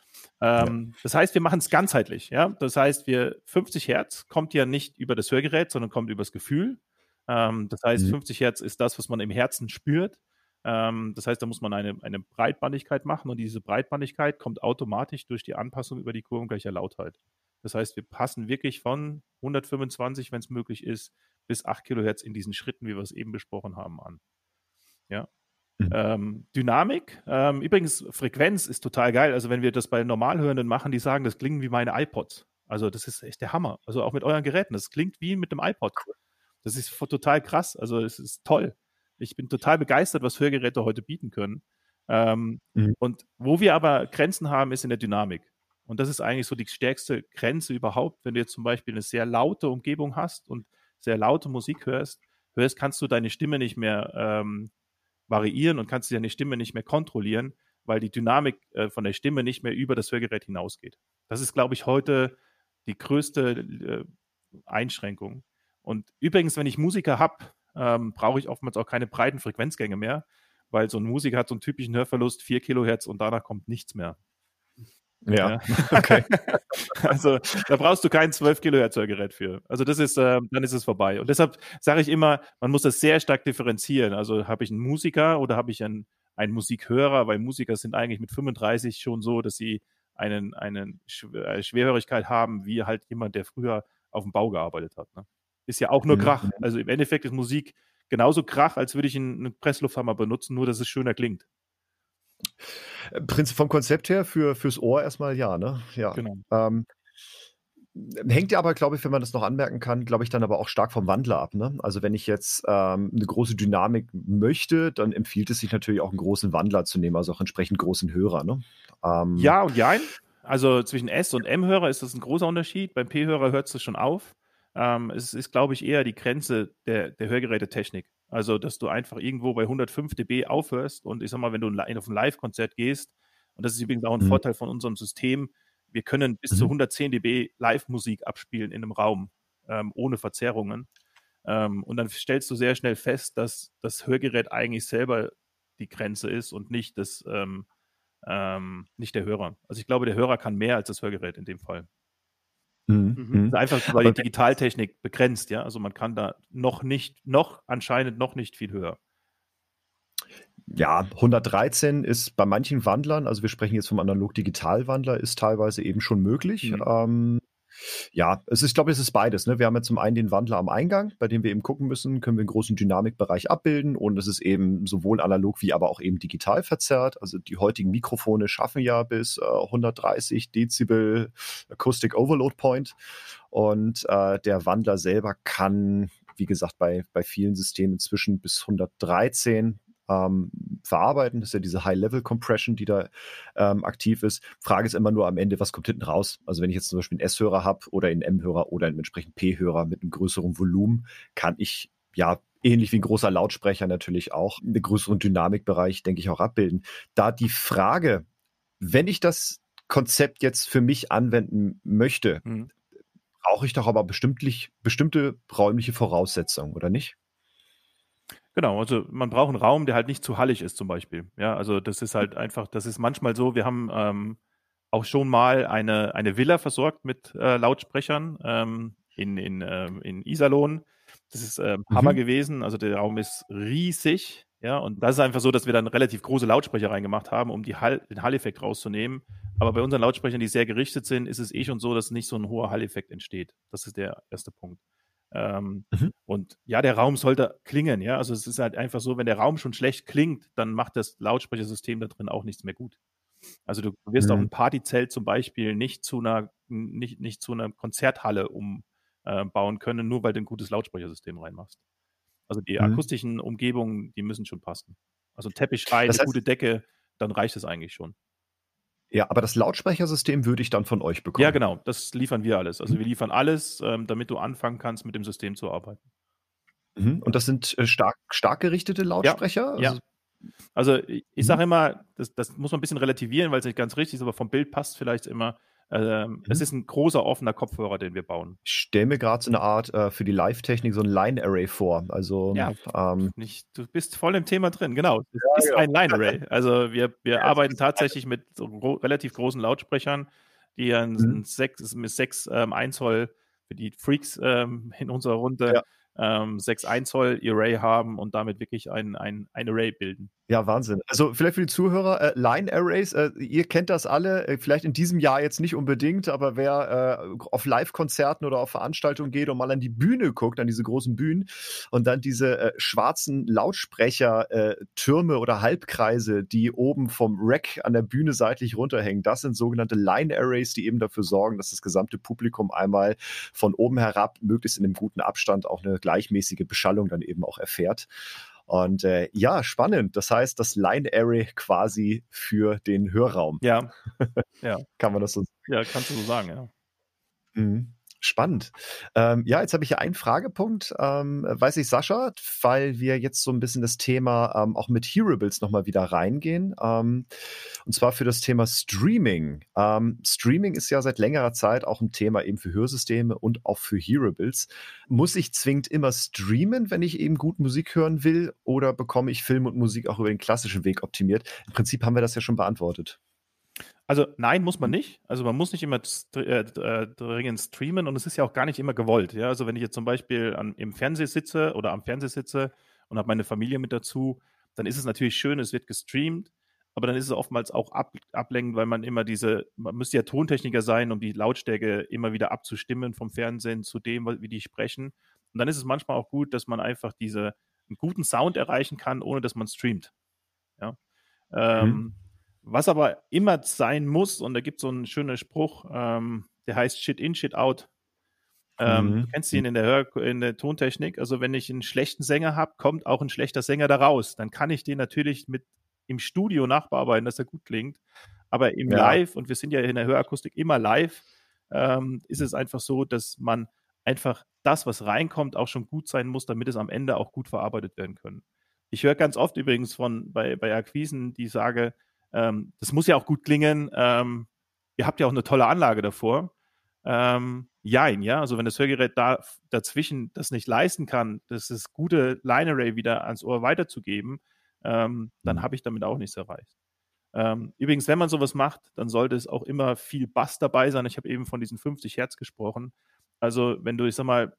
Ähm, ja. Das heißt, wir machen es ganzheitlich. Ja? Das heißt, wir fünfzig Hertz kommt ja nicht über das Hörgerät, sondern kommt über das Gefühl. Ähm, das heißt, Mhm. fünfzig Hertz ist das, was man im Herzen spürt. Ähm, das heißt, da muss man eine, eine Breitbandigkeit machen und diese Breitbandigkeit kommt automatisch durch die Anpassung über die kurvengleicher Lautheit. Das heißt, wir passen wirklich von hundertfünfundzwanzig, wenn es möglich ist, bis acht Kilohertz in diesen Schritten, wie wir es eben besprochen haben, an. Ja. Mhm. Ähm, Dynamik, ähm, übrigens Frequenz ist total geil. Also wenn wir das bei Normalhörenden machen, die sagen, das klingt wie meine iPods. Also das ist echt der Hammer. Also auch mit euren Geräten. Das klingt wie mit einem iPod. Das ist total krass. Also es ist toll. Ich bin total begeistert, was Hörgeräte heute bieten können. Ähm, Mhm. Und wo wir aber Grenzen haben, ist in der Dynamik. Und das ist eigentlich so die stärkste Grenze überhaupt. Wenn du jetzt zum Beispiel eine sehr laute Umgebung hast und sehr laute Musik hörst, hörst, kannst du deine Stimme nicht mehr ähm, variieren und kannst deine Stimme nicht mehr kontrollieren, weil die Dynamik äh, von der Stimme nicht mehr über das Hörgerät hinausgeht. Das ist, glaube ich, heute die größte äh, Einschränkung. Und übrigens, wenn ich Musiker habe, ähm, brauche ich oftmals auch keine breiten Frequenzgänge mehr, weil so ein Musiker hat so einen typischen Hörverlust, vier Kilohertz und danach kommt nichts mehr. Ja, Ja. okay. Also da brauchst du kein zwölf Kilohertz Hörgerät für. Also das ist, äh, dann ist es vorbei. Und deshalb sage ich immer, man muss das sehr stark differenzieren. Also habe ich einen Musiker oder habe ich einen, einen Musikhörer, weil Musiker sind eigentlich mit fünfunddreißig schon so, dass sie einen, einen Schwerhörigkeit haben, wie halt jemand, der früher auf dem Bau gearbeitet hat. Ne? Ist ja auch nur Mhm. Krach. Also im Endeffekt ist Musik genauso Krach, als würde ich einen Presslufthammer benutzen, nur dass es schöner klingt. Prinzip vom Konzept her für, fürs Ohr erstmal ja, ne? Ja. Genau. Ähm, hängt ja aber, glaube ich, wenn man das noch anmerken kann, glaube ich, dann aber auch stark vom Wandler ab. Ne? Also wenn ich jetzt ähm, eine große Dynamik möchte, dann empfiehlt es sich natürlich auch einen großen Wandler zu nehmen, also auch entsprechend großen Hörer. Ne? Ähm, Ja und jein. Also zwischen S- und M-Hörer ist das ein großer Unterschied. Beim P-Hörer hört es schon auf. Ähm, es ist, glaube ich, eher die Grenze der, der Hörgerätetechnik. Also, dass du einfach irgendwo bei hundertfünf Dezibel aufhörst und ich sag mal, wenn du auf ein Live-Konzert gehst, und das ist übrigens auch ein Mhm. Vorteil von unserem System, wir können bis Mhm. zu hundertzehn Dezibel Live-Musik abspielen in einem Raum, ähm, ohne Verzerrungen. Ähm, und dann stellst du sehr schnell fest, dass das Hörgerät eigentlich selber die Grenze ist und nicht, das, ähm, ähm, nicht der Hörer. Also ich glaube, der Hörer kann mehr als das Hörgerät in dem Fall. Mhm. Mhm. Mhm. Einfach, weil die Digitaltechnik begrenzt, ja. Also man kann da noch nicht, noch anscheinend noch nicht viel höher. Ja, hundertdreizehn ist bei manchen Wandlern, also wir sprechen jetzt vom Analog-Digital-Wandler, ist teilweise eben schon möglich. Mhm. Ähm, ja, es ist, ich glaube, es ist beides. Ne? Wir haben ja zum einen den Wandler am Eingang, bei dem wir eben gucken müssen, können wir einen großen Dynamikbereich abbilden und es ist eben sowohl analog wie aber auch eben digital verzerrt. Also die heutigen Mikrofone schaffen ja bis äh, hundertdreißig Dezibel Acoustic Overload Point und äh, der Wandler selber kann, wie gesagt, bei, bei vielen Systemen inzwischen bis hundertdreizehn Ähm, verarbeiten. Das ist ja diese High-Level-Compression, die da ähm, aktiv ist. Frage ist immer nur am Ende, was kommt hinten raus? Also wenn ich jetzt zum Beispiel einen S-Hörer habe oder einen M-Hörer oder einen entsprechenden P-Hörer mit einem größeren Volumen, kann ich ja ähnlich wie ein großer Lautsprecher natürlich auch, einen größeren Dynamikbereich, denke ich, auch abbilden. Da die Frage, wenn ich das Konzept jetzt für mich anwenden möchte, Mhm. brauche ich doch aber bestimmtlich, bestimmte räumliche Voraussetzungen, oder nicht? Genau, also man braucht einen Raum, der halt nicht zu hallig ist zum Beispiel. Ja, also das ist halt einfach, das ist manchmal so, wir haben ähm, auch schon mal eine, eine Villa versorgt mit äh, Lautsprechern ähm, in, in, ähm, in Iserlohn. Das ist ähm, Hammer Mhm. gewesen. Also der Raum ist riesig. Ja, und das ist einfach so, dass wir dann relativ große Lautsprecher reingemacht haben, um die Hall, den Hall-Effekt rauszunehmen. Aber bei unseren Lautsprechern, die sehr gerichtet sind, ist es eh schon so, dass nicht so ein hoher Hall-Effekt entsteht. Das ist der erste Punkt. Ähm, Mhm. und ja, der Raum sollte klingen, ja. Also es ist halt einfach so, wenn der Raum schon schlecht klingt, dann macht das Lautsprechersystem da drin auch nichts mehr gut. Also du wirst auch Mhm. ein Partyzelt zum Beispiel nicht zu einer, nicht, nicht zu einer Konzerthalle umbauen können, nur weil du ein gutes Lautsprechersystem reinmachst. Also die Mhm. akustischen Umgebungen, die müssen schon passen. Also ein Teppich rein, Das eine heißt, gute Decke, dann reicht es eigentlich schon. ja, aber das Lautsprechersystem würde ich dann von euch Ja, bekommen. genau, das liefern wir alles. Also Mhm. wir liefern alles, ähm, damit du anfangen kannst, mit dem System zu arbeiten. Mhm. Und das sind äh, stark, stark gerichtete Ja, Lautsprecher? Also, ja. Also ich, ich mhm. sage immer, das, das muss man ein bisschen relativieren, weil es nicht ganz richtig ist, aber vom Bild passt vielleicht immer. Ähm, es Mhm. ist ein großer offener Kopfhörer, den wir bauen. Ich stelle mir gerade so eine Art äh, für die Live-Technik so ein Line-Array vor. Also, Ja, ähm, nicht, du bist voll im Thema drin, genau. Es ja, ist genau. ein Line Array. Also wir, wir Ja, so ein arbeiten bisschen tatsächlich mit so gro relativ großen Lautsprechern, die ein, mhm. ein sechs, mit sechs ähm, ein Zoll für die Freaks ähm, in unserer Runde Ja. ähm, sechs ein Zoll Array haben und damit wirklich ein, ein, ein Array bilden. Ja, Wahnsinn. Also vielleicht für die Zuhörer, äh, Line Arrays, äh, ihr kennt das alle, äh, vielleicht in diesem Jahr jetzt nicht unbedingt, aber wer äh, auf Live-Konzerten oder auf Veranstaltungen geht und mal an die Bühne guckt, an diese großen Bühnen und dann diese äh, schwarzen Lautsprecher, äh, Türme oder Halbkreise, die oben vom Rack an der Bühne seitlich runterhängen, das sind sogenannte Line Arrays, die eben dafür sorgen, dass das gesamte Publikum einmal von oben herab, möglichst in einem guten Abstand, auch eine gleichmäßige Beschallung dann eben auch erfährt. Und äh, ja, spannend. Das heißt, das Line Array quasi für den Hörraum. Ja, ja, Kann man das so sagen? ja, kannst du so sagen, ja. Mhm. Spannend. Ähm, ja, jetzt habe ich hier einen Fragepunkt. Ähm, weiß ich, Sascha, weil wir jetzt so ein bisschen das Thema ähm, auch mit Hearables nochmal wieder reingehen. Ähm, und zwar für das Thema Streaming. Ähm, Streaming ist ja seit längerer Zeit auch ein Thema eben für Hörsysteme und auch für Hearables. Muss ich zwingend immer streamen, wenn ich eben gut Musik hören will? Oder bekomme ich Film und Musik auch über den klassischen Weg optimiert? Im Prinzip haben wir das ja schon beantwortet. Also nein, muss man nicht. Also man muss nicht immer st äh, äh, dringend streamen und es ist ja auch gar nicht immer gewollt. Ja? Also wenn ich jetzt zum Beispiel an, im Fernsehen sitze oder am Fernseher sitze und habe meine Familie mit dazu, dann ist es natürlich schön, es wird gestreamt, aber dann ist es oftmals auch ab, ablenkend, weil man immer diese, man müsste ja Tontechniker sein, um die Lautstärke immer wieder abzustimmen vom Fernsehen zu dem, wie die sprechen. Und dann ist es manchmal auch gut, dass man einfach diese einen guten Sound erreichen kann, ohne dass man streamt. Ja. Mhm. Ähm, was aber immer sein muss, und da gibt es so einen schönen Spruch, ähm, der heißt Shit in, Shit out. Ähm, du Mhm. kennst ihn in der, Hör in der Tontechnik. Also wenn ich einen schlechten Sänger habe, kommt auch ein schlechter Sänger da raus. Dann kann ich den natürlich mit im Studio nachbearbeiten, dass er gut klingt. Aber im Ja. Live, und wir sind ja in der Hörakustik immer live, ähm, ist es einfach so, dass man einfach das, was reinkommt, auch schon gut sein muss, damit es am Ende auch gut verarbeitet werden können. Ich höre ganz oft übrigens von bei, bei Akquisen, die sage, ähm, das muss ja auch gut klingen. Ähm, ihr habt ja auch eine tolle Anlage davor. Ähm, jein, ja, also wenn das Hörgerät da dazwischen das nicht leisten kann, das ist gute Line Array wieder ans Ohr weiterzugeben, ähm, dann Mhm. habe ich damit auch nichts erreicht. Ähm, übrigens, wenn man sowas macht, dann sollte es auch immer viel Bass dabei sein. Ich habe eben von diesen fünfzig Hertz gesprochen. Also wenn du, ich sag mal,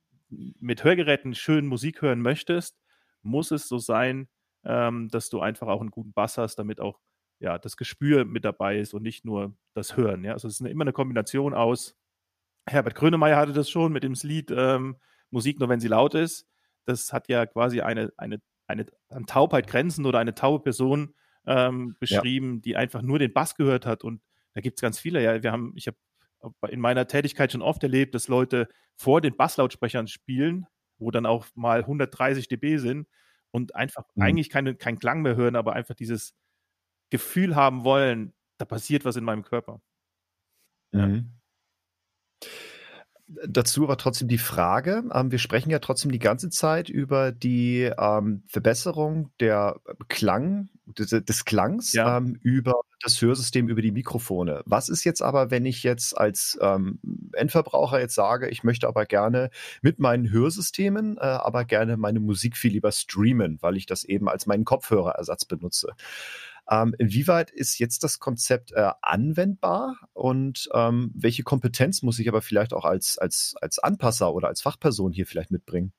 mit Hörgeräten schön Musik hören möchtest, muss es so sein, ähm, dass du einfach auch einen guten Bass hast, damit auch ja, das Gespür mit dabei ist und nicht nur das Hören. Ja? Also es ist eine, immer eine Kombination aus, Herbert Grönemeyer hatte das schon mit dem Lied ähm, Musik nur wenn sie laut ist. Das hat ja quasi eine, eine, eine an Taubheit grenzend oder eine taube Person ähm, Ja. beschrieben, die einfach nur den Bass gehört hat. Und da gibt es ganz viele. Ja, wir haben, ich habe in meiner Tätigkeit schon oft erlebt, dass Leute vor den Basslautsprechern spielen, wo dann auch mal hundertdreißig dB sind und einfach Mhm. eigentlich keine, keinen Klang mehr hören, aber einfach dieses Gefühl haben wollen, da passiert was in meinem Körper. Ja. Mhm. Dazu aber trotzdem die Frage, ähm, wir sprechen ja trotzdem die ganze Zeit über die ähm, Verbesserung der Klang, des, des Klangs, Ja. ähm, über das Hörsystem, über die Mikrofone. Was ist jetzt aber, wenn ich jetzt als ähm, Endverbraucher jetzt sage, ich möchte aber gerne mit meinen Hörsystemen, äh, aber gerne meine Musik viel lieber streamen, weil ich das eben als meinen Kopfhörerersatz benutze. Ähm, inwieweit ist jetzt das Konzept äh, anwendbar und ähm, welche Kompetenz muss ich aber vielleicht auch als, als, als Anpasser oder als Fachperson hier vielleicht mitbringen?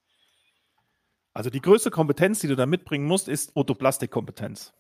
Also die größte Kompetenz, die du da mitbringen musst, ist Otoplastikkompetenz.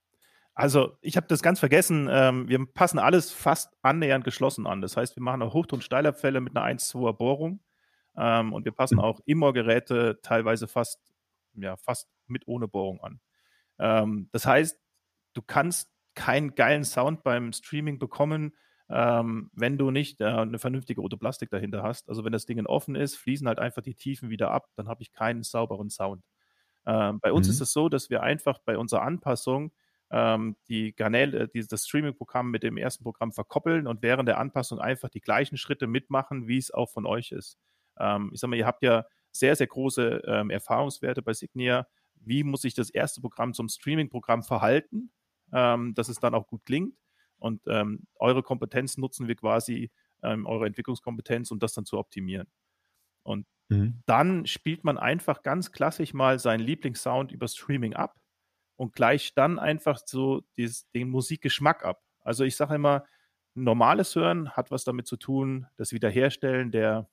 Also ich habe das ganz vergessen, ähm, wir passen alles fast annähernd geschlossen an. Das heißt, wir machen auch Hochton-Steilabfälle mit einer eins Komma zweier Bohrung ähm, und wir passen auch Immor-Geräte teilweise fast, ja, fast mit ohne Bohrung an. Ähm, das heißt, du kannst keinen geilen Sound beim Streaming bekommen, ähm, wenn du nicht äh, eine vernünftige Otoplastik dahinter hast. Also wenn das Ding offen ist, fließen halt einfach die Tiefen wieder ab, dann habe ich keinen sauberen Sound. Ähm, bei uns Mhm. ist es so, dass wir einfach bei unserer Anpassung ähm, die Kanäle, die, das Streaming-Programm mit dem ersten Programm verkoppeln und während der Anpassung einfach die gleichen Schritte mitmachen, wie es auch von euch ist. Ähm, ich sag mal, ihr habt ja sehr, sehr große ähm, Erfahrungswerte bei Signia. Wie muss sich das erste Programm zum Streaming-Programm verhalten, ähm, dass es dann auch gut klingt? Und ähm, eure Kompetenz nutzen wir quasi, ähm, eure Entwicklungskompetenz, um das dann zu optimieren. Und Mhm. dann spielt man einfach ganz klassisch mal seinen Lieblingssound über Streaming ab und gleicht dann einfach so dieses, den Musikgeschmack ab. Also ich sage immer, normales Hören hat was damit zu tun, das Wiederherstellen der,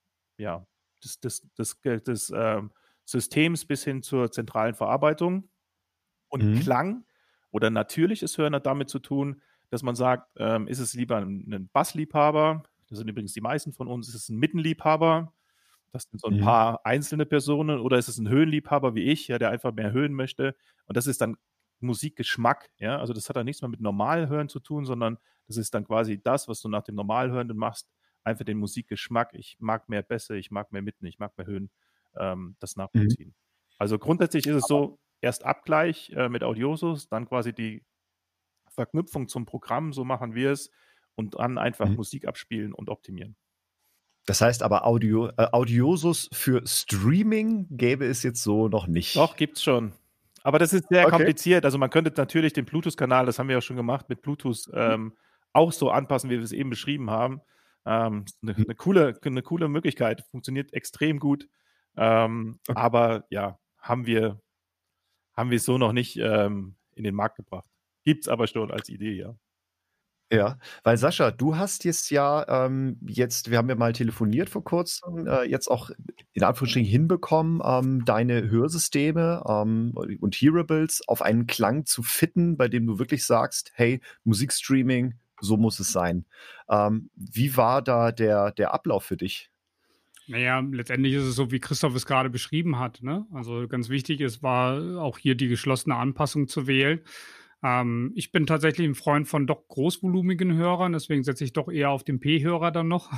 ja, des, des, des, des ähm, Systems bis hin zur zentralen Verarbeitung. Und Mhm. Klang oder natürliches Hören hat damit zu tun, dass man sagt, ähm, ist es lieber ein, ein Bassliebhaber, das sind übrigens die meisten von uns, ist es ein Mittenliebhaber, das sind so ein Mhm. paar einzelne Personen, oder ist es ein Höhenliebhaber wie ich, ja, der einfach mehr hören möchte. Und das ist dann Musikgeschmack, ja. Also das hat dann nichts mehr mit Normalhören zu tun, sondern das ist dann quasi das, was du nach dem Normalhörenden machst, einfach den Musikgeschmack. Ich mag mehr Bässe, ich mag mehr Mitten, ich mag mehr Höhen, ähm, das Mhm. nachvollziehen. Also grundsätzlich ist es so, erst Abgleich äh, mit Audiosus, dann quasi die Verknüpfung zum Programm, so machen wir es, und dann einfach Mhm. Musik abspielen und optimieren. Das heißt aber, Audio, äh, Audiosus für Streaming gäbe es jetzt so noch nicht. Doch, gibt's schon. Aber das ist sehr Okay. kompliziert. Also man könnte natürlich den Bluetooth-Kanal, das haben wir ja schon gemacht, mit Bluetooth ähm, auch so anpassen, wie wir es eben beschrieben haben. Ähm, eine, Mhm. eine, coole, eine coole Möglichkeit, funktioniert extrem gut. Ähm, Okay. Aber ja, haben wir, haben wir so noch nicht ähm, in den Markt gebracht. Gibt's aber schon als Idee, ja. Ja, weil Sascha, du hast jetzt ja ähm, jetzt, wir haben ja mal telefoniert vor kurzem, äh, jetzt auch in Anführungsstrichen hinbekommen, ähm, deine Hörsysteme ähm, und Hearables auf einen Klang zu fitten, bei dem du wirklich sagst, hey, Musikstreaming, so muss es sein. Ähm, wie war da der, der Ablauf für dich? Naja, letztendlich ist es so, wie Christoph es gerade beschrieben hat. Ne? Also ganz wichtig ist, war auch hier die geschlossene Anpassung zu wählen. Ähm, ich bin tatsächlich ein Freund von doch großvolumigen Hörern, deswegen setze ich doch eher auf den P-Hörer dann noch,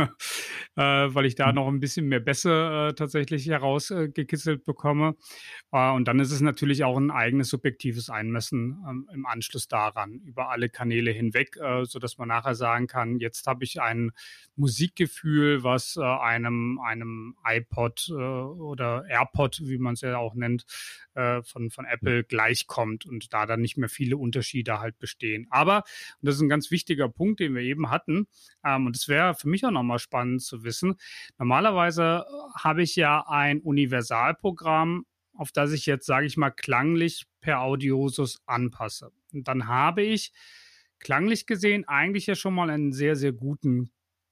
äh, weil ich da noch ein bisschen mehr Bässe äh, tatsächlich herausgekitzelt äh, bekomme. Äh, und dann ist es natürlich auch ein eigenes subjektives Einmessen ähm, im Anschluss daran, über alle Kanäle hinweg, äh, sodass man nachher sagen kann, jetzt habe ich ein Musikgefühl, was äh, einem, einem iPod äh, oder AirPod, wie man es ja auch nennt, äh, von, von Apple gleichkommt und da dann nicht mehr viele Unterschiede halt bestehen. Aber, und das ist ein ganz wichtiger Punkt, den wir eben hatten, ähm, und es wäre für mich auch nochmal spannend zu wissen, normalerweise habe ich ja ein Universalprogramm, auf das ich jetzt, sage ich mal, klanglich per Audiosus anpasse. Und dann habe ich klanglich gesehen eigentlich ja schon mal einen sehr, sehr guten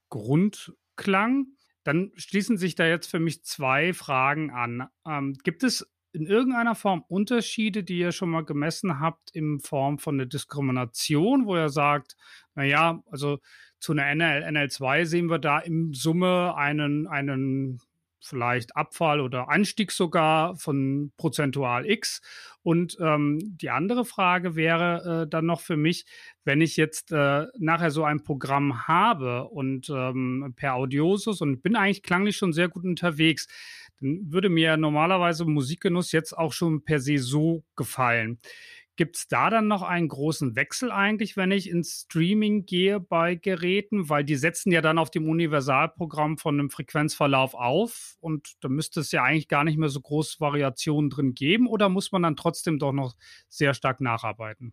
Grundklang. Dann schließen sich da jetzt für mich zwei Fragen an. Ähm, gibt es in irgendeiner Form Unterschiede, die ihr schon mal gemessen habt, in Form von der Diskrimination, wo ihr sagt, naja, also zu einer N L, N L zwei sehen wir da im Summe einen, einen vielleicht Abfall oder Anstieg sogar von prozentual X. Und ähm, die andere Frage wäre äh, dann noch für mich, wenn ich jetzt äh, nachher so ein Programm habe und ähm, per Audiosus und bin eigentlich klanglich schon sehr gut unterwegs, dann würde mir normalerweise Musikgenuss jetzt auch schon per se so gefallen. Gibt es da dann noch einen großen Wechsel eigentlich, wenn ich ins Streaming gehe bei Geräten? Weil die setzen ja dann auf dem Universalprogramm von einem Frequenzverlauf auf und da müsste es ja eigentlich gar nicht mehr so große Variationen drin geben oder muss man dann trotzdem doch noch sehr stark nacharbeiten?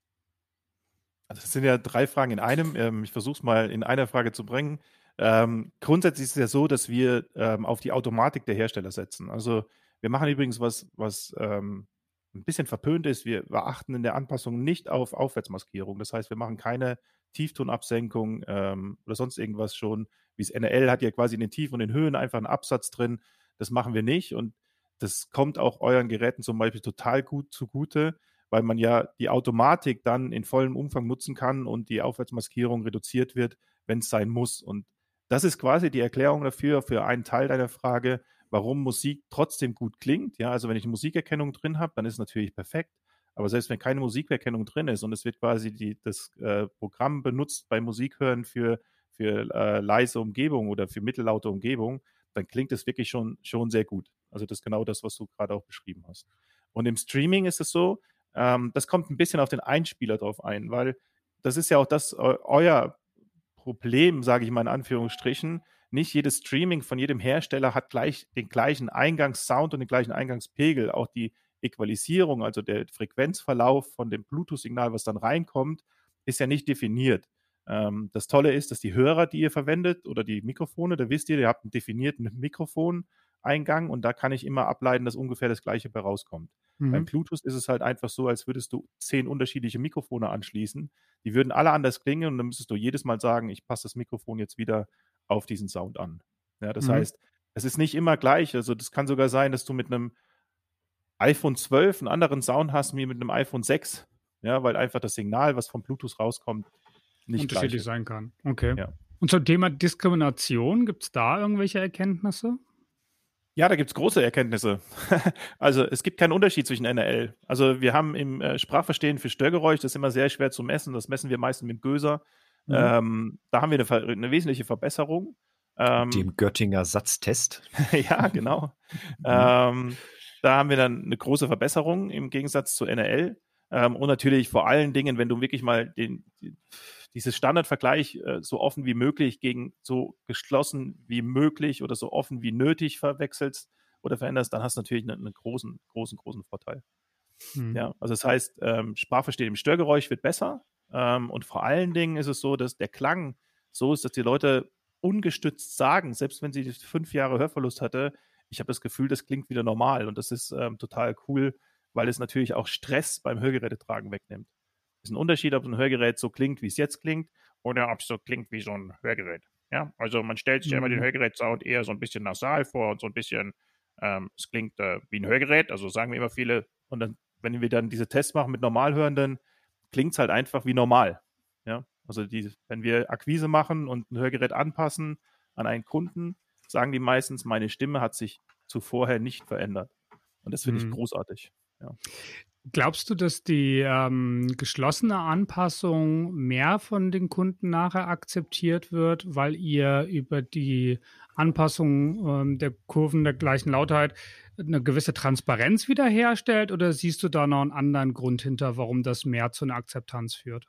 Also das sind ja drei Fragen in einem. Ähm, ich versuche es mal in einer Frage zu bringen. Ähm, grundsätzlich ist es ja so, dass wir ähm, auf die Automatik der Hersteller setzen. Also wir machen übrigens was, was ähm, ein bisschen verpönt ist. Wir, wir achten in der Anpassung nicht auf Aufwärtsmaskierung. Das heißt, wir machen keine Tieftonabsenkung ähm, oder sonst irgendwas schon. Wie das N L hat ja quasi in den Tiefen und den Höhen einfach einen Absatz drin. Das machen wir nicht und das kommt auch euren Geräten zum Beispiel total gut zugute, weil man ja die Automatik dann in vollem Umfang nutzen kann und die Aufwärtsmaskierung reduziert wird, wenn es sein muss. Und das ist quasi die Erklärung dafür, für einen Teil deiner Frage, warum Musik trotzdem gut klingt. Ja, also wenn ich eine Musikerkennung drin habe, dann ist es natürlich perfekt. Aber selbst wenn keine Musikerkennung drin ist und es wird quasi die, das äh, Programm benutzt bei Musikhören für, für äh, leise Umgebung oder für mittellaute Umgebung, dann klingt es wirklich schon, schon sehr gut. Also das ist genau das, was du gerade auch beschrieben hast. Und im Streaming ist es so, ähm, das kommt ein bisschen auf den Einspieler drauf ein, weil das ist ja auch das eu euer Problem, sage ich mal in Anführungsstrichen. Nicht jedes Streaming von jedem Hersteller hat gleich den gleichen Eingangssound und den gleichen Eingangspegel. Auch die Equalisierung, also der Frequenzverlauf von dem Bluetooth-Signal, was dann reinkommt, ist ja nicht definiert. Ähm, das Tolle ist, dass die Hörer, die ihr verwendet oder die Mikrofone, da wisst ihr, ihr habt einen definierten Mikrofoneingang und da kann ich immer ableiten, dass ungefähr das Gleiche bei rauskommt. Mhm. Beim Bluetooth ist es halt einfach so, als würdest du zehn unterschiedliche Mikrofone anschließen. Die würden alle anders klingen und dann müsstest du jedes Mal sagen, ich passe das Mikrofon jetzt wieder auf diesen Sound an. Ja, das mhm. heißt, es ist nicht immer gleich. Also das kann sogar sein, dass du mit einem iPhone zwölf einen anderen Sound hast wie mit einem iPhone sechs. Ja, weil einfach das Signal, was vom Bluetooth rauskommt, nicht unterschiedlich sein kann. Okay. Ja. Und zum Thema Diskrimination, gibt es da irgendwelche Erkenntnisse? Ja, da gibt es große Erkenntnisse. Also es gibt keinen Unterschied zwischen N R L. Also wir haben im äh, Sprachverstehen für Störgeräusch, das ist immer sehr schwer zu messen, das messen wir meistens mit Göser. Mhm. Ähm, da haben wir eine, eine wesentliche Verbesserung. Ähm, Dem Göttinger Satztest. Ja, genau. mhm. ähm, da haben wir dann eine große Verbesserung im Gegensatz zu N R L. Ähm, und natürlich vor allen Dingen, wenn du wirklich mal den, die, dieses Standardvergleich äh, so offen wie möglich gegen so geschlossen wie möglich oder so offen wie nötig verwechselst oder veränderst, dann hast du natürlich einen, einen großen, großen, großen Vorteil. Mhm. Ja, also das heißt, ähm, Sprachverstehen im Störgeräusch wird besser ähm, und vor allen Dingen ist es so, dass der Klang so ist, dass die Leute ungestützt sagen, selbst wenn sie fünf Jahre Hörverlust hatte, ich habe das Gefühl, das klingt wieder normal und das ist ähm, total cool, weil es natürlich auch Stress beim Hörgerätetragen wegnimmt. Es ist ein Unterschied, ob ein Hörgerät so klingt, wie es jetzt klingt, oder ob es so klingt wie so ein Hörgerät. Ja, also man stellt sich mhm. ja immer den Hörgerätsound eher so ein bisschen nasal vor und so ein bisschen, ähm, es klingt äh, wie ein Hörgerät, also sagen wir immer viele, und dann, wenn wir dann diese Tests machen mit Normalhörenden, klingt es halt einfach wie normal. Ja, also die, wenn wir Akquise machen und ein Hörgerät anpassen an einen Kunden, sagen die meistens, meine Stimme hat sich zuvorher nicht verändert. Und das finde mhm. ich großartig. Ja. Glaubst du, dass die ähm, geschlossene Anpassung mehr von den Kunden nachher akzeptiert wird, weil ihr über die Anpassung ähm, der Kurven der gleichen Lautheit eine gewisse Transparenz wiederherstellt? Oder siehst du da noch einen anderen Grund hinter, warum das mehr zu einer Akzeptanz führt?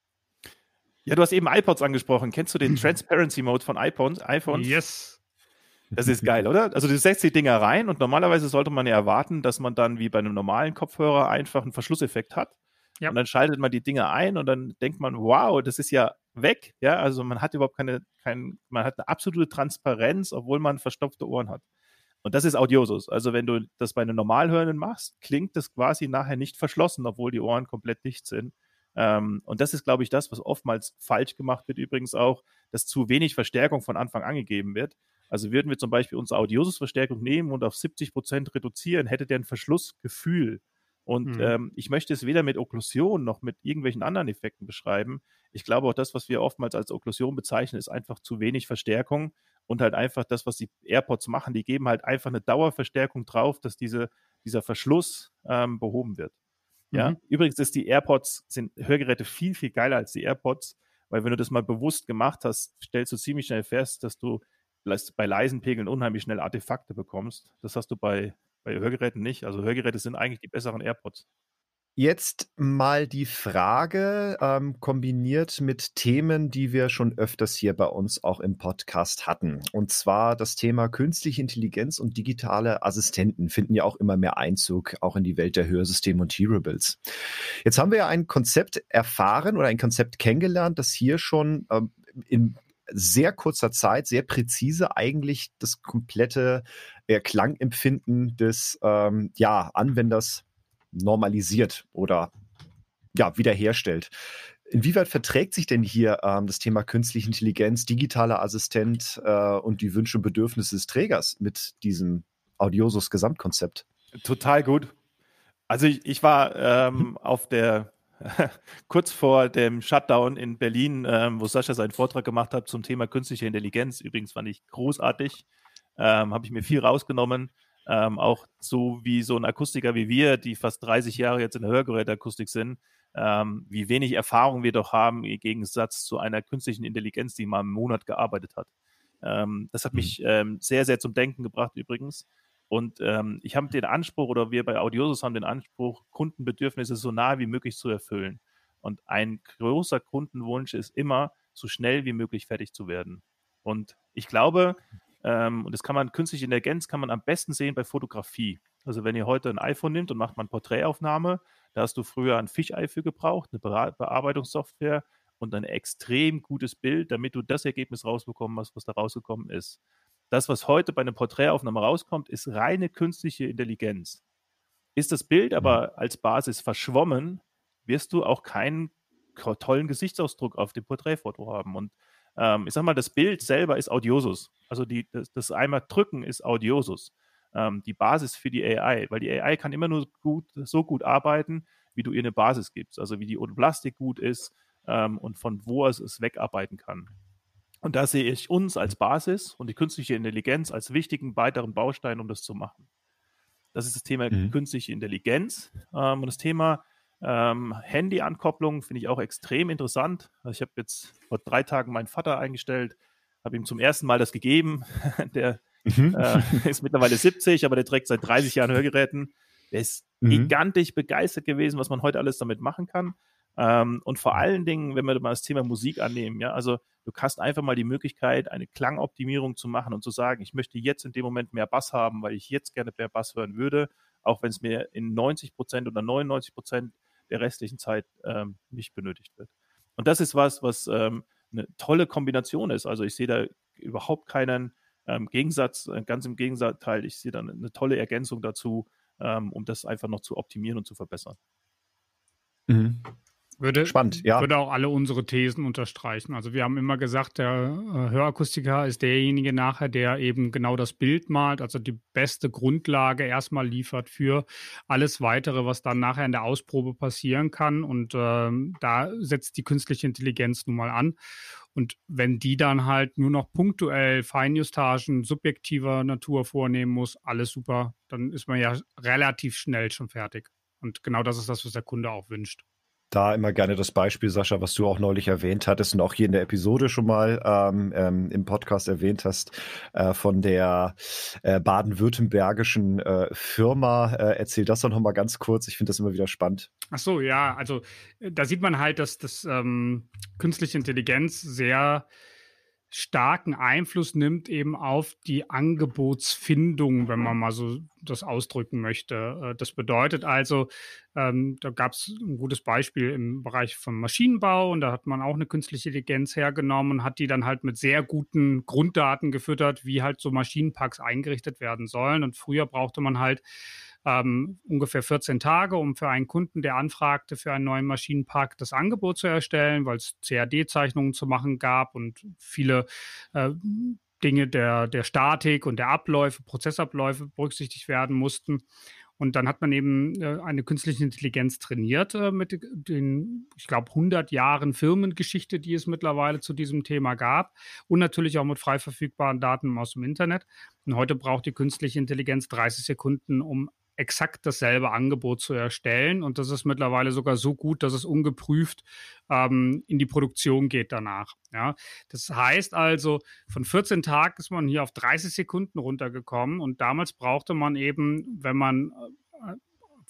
Ja, du hast eben iPods angesprochen. Kennst du den Transparency Mode von iPhones? iPhones? Yes. Das ist geil, oder? Also du setzt die Dinger rein und normalerweise sollte man ja erwarten, dass man dann wie bei einem normalen Kopfhörer einfach einen Verschlusseffekt hat. Ja. Und dann schaltet man die Dinger ein und dann denkt man, wow, das ist ja weg. Ja, also man hat überhaupt keine, kein, man hat eine absolute Transparenz, obwohl man verstopfte Ohren hat. Und das ist Audiosus. Also wenn du das bei einem Normalhörenden machst, klingt das quasi nachher nicht verschlossen, obwohl die Ohren komplett dicht sind. Ähm, und das ist, glaube ich, das, was oftmals falsch gemacht wird übrigens auch, dass zu wenig Verstärkung von Anfang an gegeben wird. Also würden wir zum Beispiel unsere Audiosus-Verstärkung nehmen und auf siebzig Prozent reduzieren, hätte der ein Verschlussgefühl. Und mhm. ähm, ich möchte es weder mit Okklusion noch mit irgendwelchen anderen Effekten beschreiben. Ich glaube auch das, was wir oftmals als Okklusion bezeichnen, ist einfach zu wenig Verstärkung und halt einfach das, was die AirPods machen, die geben halt einfach eine Dauerverstärkung drauf, dass diese, dieser Verschluss ähm, behoben wird. Ja? Mhm. Übrigens ist die AirPods, sind Hörgeräte viel, viel geiler als die AirPods, weil wenn du das mal bewusst gemacht hast, stellst du ziemlich schnell fest, dass du bei leisen Pegeln unheimlich schnell Artefakte bekommst. Das hast du bei, bei Hörgeräten nicht. Also Hörgeräte sind eigentlich die besseren AirPods. Jetzt mal die Frage, ähm, kombiniert mit Themen, die wir schon öfters hier bei uns auch im Podcast hatten. Und zwar das Thema künstliche Intelligenz und digitale Assistenten finden ja auch immer mehr Einzug, auch in die Welt der Hörsysteme und Hearables. Jetzt haben wir ja ein Konzept erfahren oder ein Konzept kennengelernt, das hier schon ähm, in sehr kurzer Zeit, sehr präzise eigentlich das komplette äh, Klangempfinden des ähm, ja, Anwenders normalisiert oder ja, wiederherstellt. Inwieweit verträgt sich denn hier ähm, das Thema künstliche Intelligenz, digitaler Assistent äh, und die Wünsche und Bedürfnisse des Trägers mit diesem Audiosus Gesamtkonzept? Total gut. Also ich, ich war ähm, auf der kurz vor dem Shutdown in Berlin, ähm, wo Sascha seinen Vortrag gemacht hat zum Thema künstliche Intelligenz. Übrigens fand ich großartig. Ähm, habe ich mir viel rausgenommen. Ähm, auch so wie so ein Akustiker wie wir, die fast dreißig Jahre jetzt in der Hörgeräteakustik sind, ähm, wie wenig Erfahrung wir doch haben im Gegensatz zu einer künstlichen Intelligenz, die mal einen Monat gearbeitet hat. Ähm, das hat Mhm. mich ähm, sehr, sehr zum Denken gebracht übrigens. Und ähm, ich habe den Anspruch, oder wir bei Audiosus haben den Anspruch, Kundenbedürfnisse so nah wie möglich zu erfüllen. Und ein großer Kundenwunsch ist immer, so schnell wie möglich fertig zu werden. Und ich glaube, ähm, und das kann man, künstliche Intelligenz kann man am besten sehen bei Fotografie. Also wenn ihr heute ein iPhone nimmt und macht mal eine Porträtaufnahme, da hast du früher ein Fisheye für gebraucht, eine Bera- Bearbeitungssoftware und ein extrem gutes Bild, damit du das Ergebnis rausbekommen hast, was da rausgekommen ist. Das, was heute bei einer Porträtaufnahme rauskommt, ist reine künstliche Intelligenz. Ist das Bild aber als Basis verschwommen, wirst du auch keinen tollen Gesichtsausdruck auf dem Porträtfoto haben. Und ähm, ich sag mal, das Bild selber ist Audiosus. Also die, das, das einmal drücken ist Audiosus. Ähm, die Basis für die A I, weil die A I kann immer nur gut, so gut arbeiten, wie du ihr eine Basis gibst. Also wie die Plastik gut ist ähm, und von wo es es wegarbeiten kann. Und da sehe ich uns als Basis und die künstliche Intelligenz als wichtigen weiteren Baustein, um das zu machen. Das ist das Thema Mhm. künstliche Intelligenz. Ähm, und das Thema ähm, Handy-Ankopplung finde ich auch extrem interessant. Also ich habe jetzt vor drei Tagen meinen Vater eingestellt, habe ihm zum ersten Mal das gegeben. Der Mhm. äh, ist mittlerweile siebzig, aber der trägt seit dreißig Jahren Hörgeräten. Der ist Mhm. gigantisch begeistert gewesen, was man heute alles damit machen kann. Ähm, und vor allen Dingen, wenn wir mal das Thema Musik annehmen, ja, also du hast einfach mal die Möglichkeit, eine Klangoptimierung zu machen und zu sagen, ich möchte jetzt in dem Moment mehr Bass haben, weil ich jetzt gerne mehr Bass hören würde, auch wenn es mir in neunzig Prozent oder neunundneunzig Prozent der restlichen Zeit ähm, nicht benötigt wird. Und das ist was, was ähm, eine tolle Kombination ist. Also ich sehe da überhaupt keinen ähm, Gegensatz, äh, ganz im Gegenteil, ich sehe da eine tolle Ergänzung dazu, ähm, um das einfach noch zu optimieren und zu verbessern. Mhm. Würde, Spannend, ja. würde auch alle unsere Thesen unterstreichen. Also wir haben immer gesagt, der äh, Hörakustiker ist derjenige nachher, der eben genau das Bild malt, also die beste Grundlage erstmal liefert für alles Weitere, was dann nachher in der Ausprobe passieren kann. Und ähm, da setzt die künstliche Intelligenz nun mal an. Und wenn die dann halt nur noch punktuell Feinjustagen subjektiver Natur vornehmen muss, alles super, dann ist man ja relativ schnell schon fertig. Und genau das ist das, was der Kunde auch wünscht. Da immer gerne das Beispiel, Sascha, was du auch neulich erwähnt hattest und auch hier in der Episode schon mal ähm, ähm, im Podcast erwähnt hast, äh, von der äh, baden-württembergischen äh, Firma. Äh, erzähl das doch noch mal ganz kurz. Ich finde das immer wieder spannend. Ach so, ja, also da sieht man halt, dass das ähm, künstliche Intelligenz sehr starken Einfluss nimmt eben auf die Angebotsfindung, wenn man mal so das ausdrücken möchte. Das bedeutet also, ähm, da gab es ein gutes Beispiel im Bereich vom Maschinenbau und da hat man auch eine künstliche Intelligenz hergenommen und hat die dann halt mit sehr guten Grunddaten gefüttert, wie halt so Maschinenparks eingerichtet werden sollen. Und früher brauchte man halt Ähm, ungefähr vierzehn Tage, um für einen Kunden, der anfragte, für einen neuen Maschinenpark das Angebot zu erstellen, weil es C A D-Zeichnungen zu machen gab und viele äh, Dinge der, der Statik und der Abläufe, Prozessabläufe berücksichtigt werden mussten. Und dann hat man eben äh, eine künstliche Intelligenz trainiert äh, mit den, ich glaube, hundert Jahren Firmengeschichte, die es mittlerweile zu diesem Thema gab und natürlich auch mit frei verfügbaren Daten aus dem Internet. Und heute braucht die künstliche Intelligenz dreißig Sekunden, um exakt dasselbe Angebot zu erstellen. Und das ist mittlerweile sogar so gut, dass es ungeprüft ähm, in die Produktion geht danach. Ja? Das heißt also, von vierzehn Tagen ist man hier auf dreißig Sekunden runtergekommen. Und damals brauchte man eben, wenn man äh,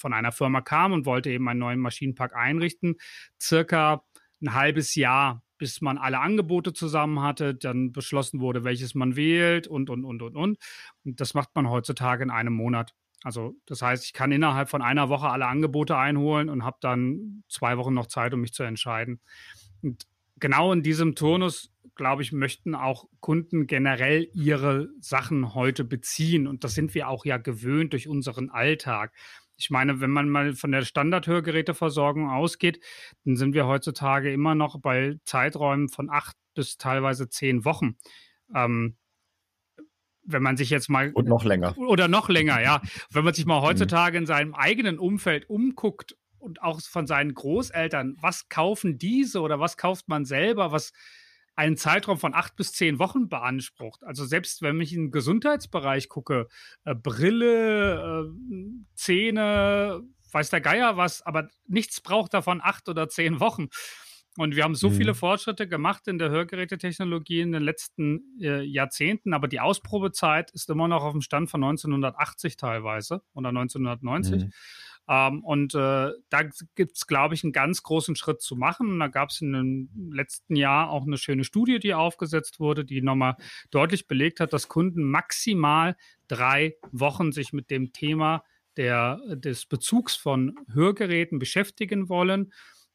von einer Firma kam und wollte eben einen neuen Maschinenpark einrichten. Circa ein halbes Jahr, bis man alle Angebote zusammen hatte, dann beschlossen wurde, welches man wählt und, und, und, und, und. Und das macht man heutzutage in einem Monat. Also das heißt, ich kann innerhalb von einer Woche alle Angebote einholen und habe dann zwei Wochen noch Zeit, um mich zu entscheiden. Und genau in diesem Turnus, glaube ich, möchten auch Kunden generell ihre Sachen heute beziehen. Und das sind wir auch ja gewöhnt durch unseren Alltag. Ich meine, wenn man mal von der Standardhörgeräteversorgung ausgeht, dann sind wir heutzutage immer noch bei Zeiträumen von acht bis teilweise zehn Wochen. Ähm, wenn man sich jetzt mal... Und noch länger. Oder noch länger, ja. Wenn man sich mal heutzutage in seinem eigenen Umfeld umguckt und auch von seinen Großeltern, was kaufen diese oder was kauft man selber, was einen Zeitraum von acht bis zehn Wochen beansprucht. Also selbst wenn ich in den Gesundheitsbereich gucke, äh, Brille, äh, Zähne, weiß der Geier was, aber nichts braucht davon acht oder zehn Wochen. Und wir haben so mhm. viele Fortschritte gemacht in der Hörgerätetechnologie in den letzten äh, Jahrzehnten, aber die Ausprobezeit ist immer noch auf dem Stand von neunzehnhundertachtzig teilweise oder neunzehnhundertneunzig. Mhm. Um, und äh, da gibt es, glaube ich, einen ganz großen Schritt zu machen. Und da gab es in dem letzten Jahr auch eine schöne Studie, die aufgesetzt wurde, die nochmal deutlich belegt hat, dass Kunden maximal drei Wochen sich mit dem Thema der, des Bezugs von Hörgeräten beschäftigen wollen.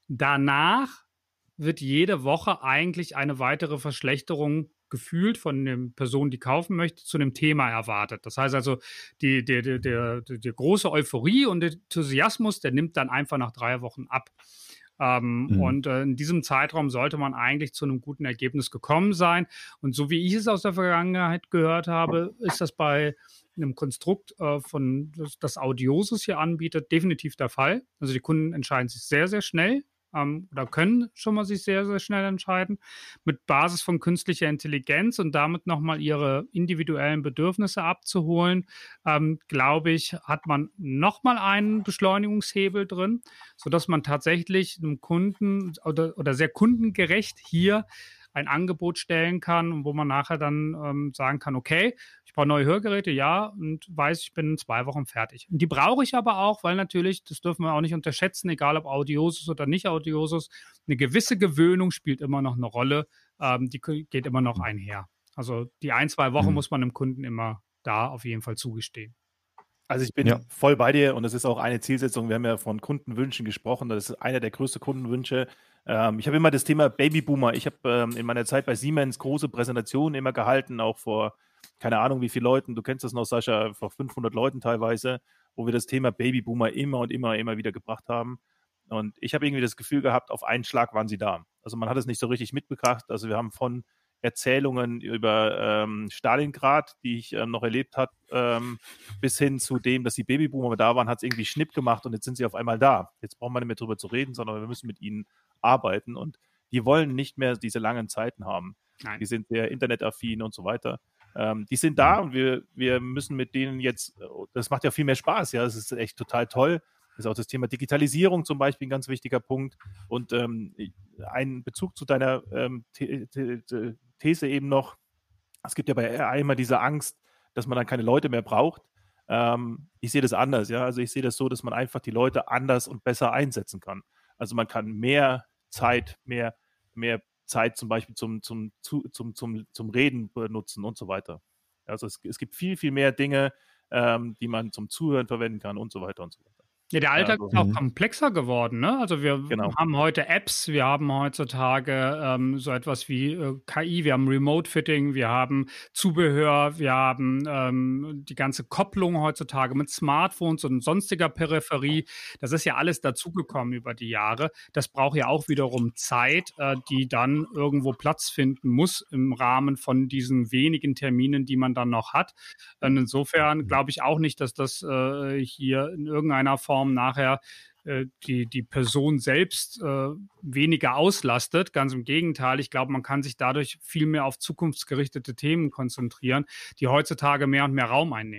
Danach wird jede Woche eigentlich eine weitere Verschlechterung gefühlt von der Person, die kaufen möchte, zu einem Thema erwartet. Das heißt also, die, die, die, die, die große Euphorie und der Enthusiasmus, der nimmt dann einfach nach drei Wochen ab. Ähm, mhm. Und äh, in diesem Zeitraum sollte man eigentlich zu einem guten Ergebnis gekommen sein. Und so wie ich es aus der Vergangenheit gehört habe, ist das bei einem Konstrukt äh, von das, das Audiosus hier anbietet, definitiv der Fall. Also die Kunden entscheiden sich sehr, sehr schnell. Ähm, oder können schon mal sich sehr, sehr schnell entscheiden, mit Basis von künstlicher Intelligenz und damit nochmal ihre individuellen Bedürfnisse abzuholen, ähm, glaube ich, hat man nochmal einen Beschleunigungshebel drin, sodass man tatsächlich einem Kunden oder, oder sehr kundengerecht hier ein Angebot stellen kann, wo man nachher dann ähm, sagen kann, okay, ich brauche neue Hörgeräte, ja, und weiß, ich bin in zwei Wochen fertig. Und die brauche ich aber auch, weil natürlich, das dürfen wir auch nicht unterschätzen, egal ob Audiosus oder nicht Audiosus, eine gewisse Gewöhnung spielt immer noch eine Rolle, ähm, die geht immer noch einher. Also die ein, zwei Wochen mhm. muss man dem Kunden immer da auf jeden Fall zugestehen. Also ich bin ja. voll bei dir und das ist auch eine Zielsetzung. Wir haben ja von Kundenwünschen gesprochen. Das ist einer der größten Kundenwünsche. Ähm, ich habe immer das Thema Babyboomer. Ich habe ähm, in meiner Zeit bei Siemens große Präsentationen immer gehalten, auch vor, keine Ahnung wie viele Leuten. Du kennst das noch, Sascha, vor fünfhundert Leuten teilweise, wo wir das Thema Babyboomer immer und immer, immer wieder gebracht haben. Und ich habe irgendwie das Gefühl gehabt, auf einen Schlag waren sie da. Also man hat es nicht so richtig mitbekommen. Also wir haben von Erzählungen über ähm, Stalingrad, die ich ähm, noch erlebt habe, ähm, bis hin zu dem, dass die Babyboomer da waren, hat es irgendwie Schnipp gemacht und jetzt sind sie auf einmal da. Jetzt brauchen wir nicht mehr drüber zu reden, sondern wir müssen mit ihnen arbeiten und die wollen nicht mehr diese langen Zeiten haben. Nein. Die sind sehr internetaffin und so weiter. Ähm, die sind da und wir, wir müssen mit denen jetzt, das macht ja viel mehr Spaß, ja, das ist echt total toll. Das ist auch das Thema Digitalisierung zum Beispiel ein ganz wichtiger Punkt und ähm, ein Bezug zu deiner ähm, The- The- These eben noch, es gibt ja bei A I immer diese Angst, dass man dann keine Leute mehr braucht. Ähm, ich sehe das anders, ja. Also ich sehe das so, dass man einfach die Leute anders und besser einsetzen kann. Also man kann mehr Zeit, mehr, mehr Zeit zum Beispiel zum, zum, zum, zum, zum, zum Reden benutzen und so weiter. Also es, es gibt viel, viel mehr Dinge, ähm, die man zum Zuhören verwenden kann und so weiter und so weiter. Ja, der Alltag also, ist auch komplexer geworden, ne? Also wir genau. haben heute Apps, wir haben heutzutage ähm, so etwas wie äh, K I, wir haben Remote-Fitting, wir haben Zubehör, wir haben ähm, die ganze Kopplung heutzutage mit Smartphones und sonstiger Peripherie. Das ist ja alles dazugekommen über die Jahre. Das braucht ja auch wiederum Zeit, äh, die dann irgendwo Platz finden muss im Rahmen von diesen wenigen Terminen, die man dann noch hat. Und insofern glaube ich auch nicht, dass das äh, hier in irgendeiner Form nachher äh, die, die Person selbst äh, weniger auslastet. Ganz im Gegenteil, ich glaube, man kann sich dadurch viel mehr auf zukunftsgerichtete Themen konzentrieren, die heutzutage mehr und mehr Raum einnehmen.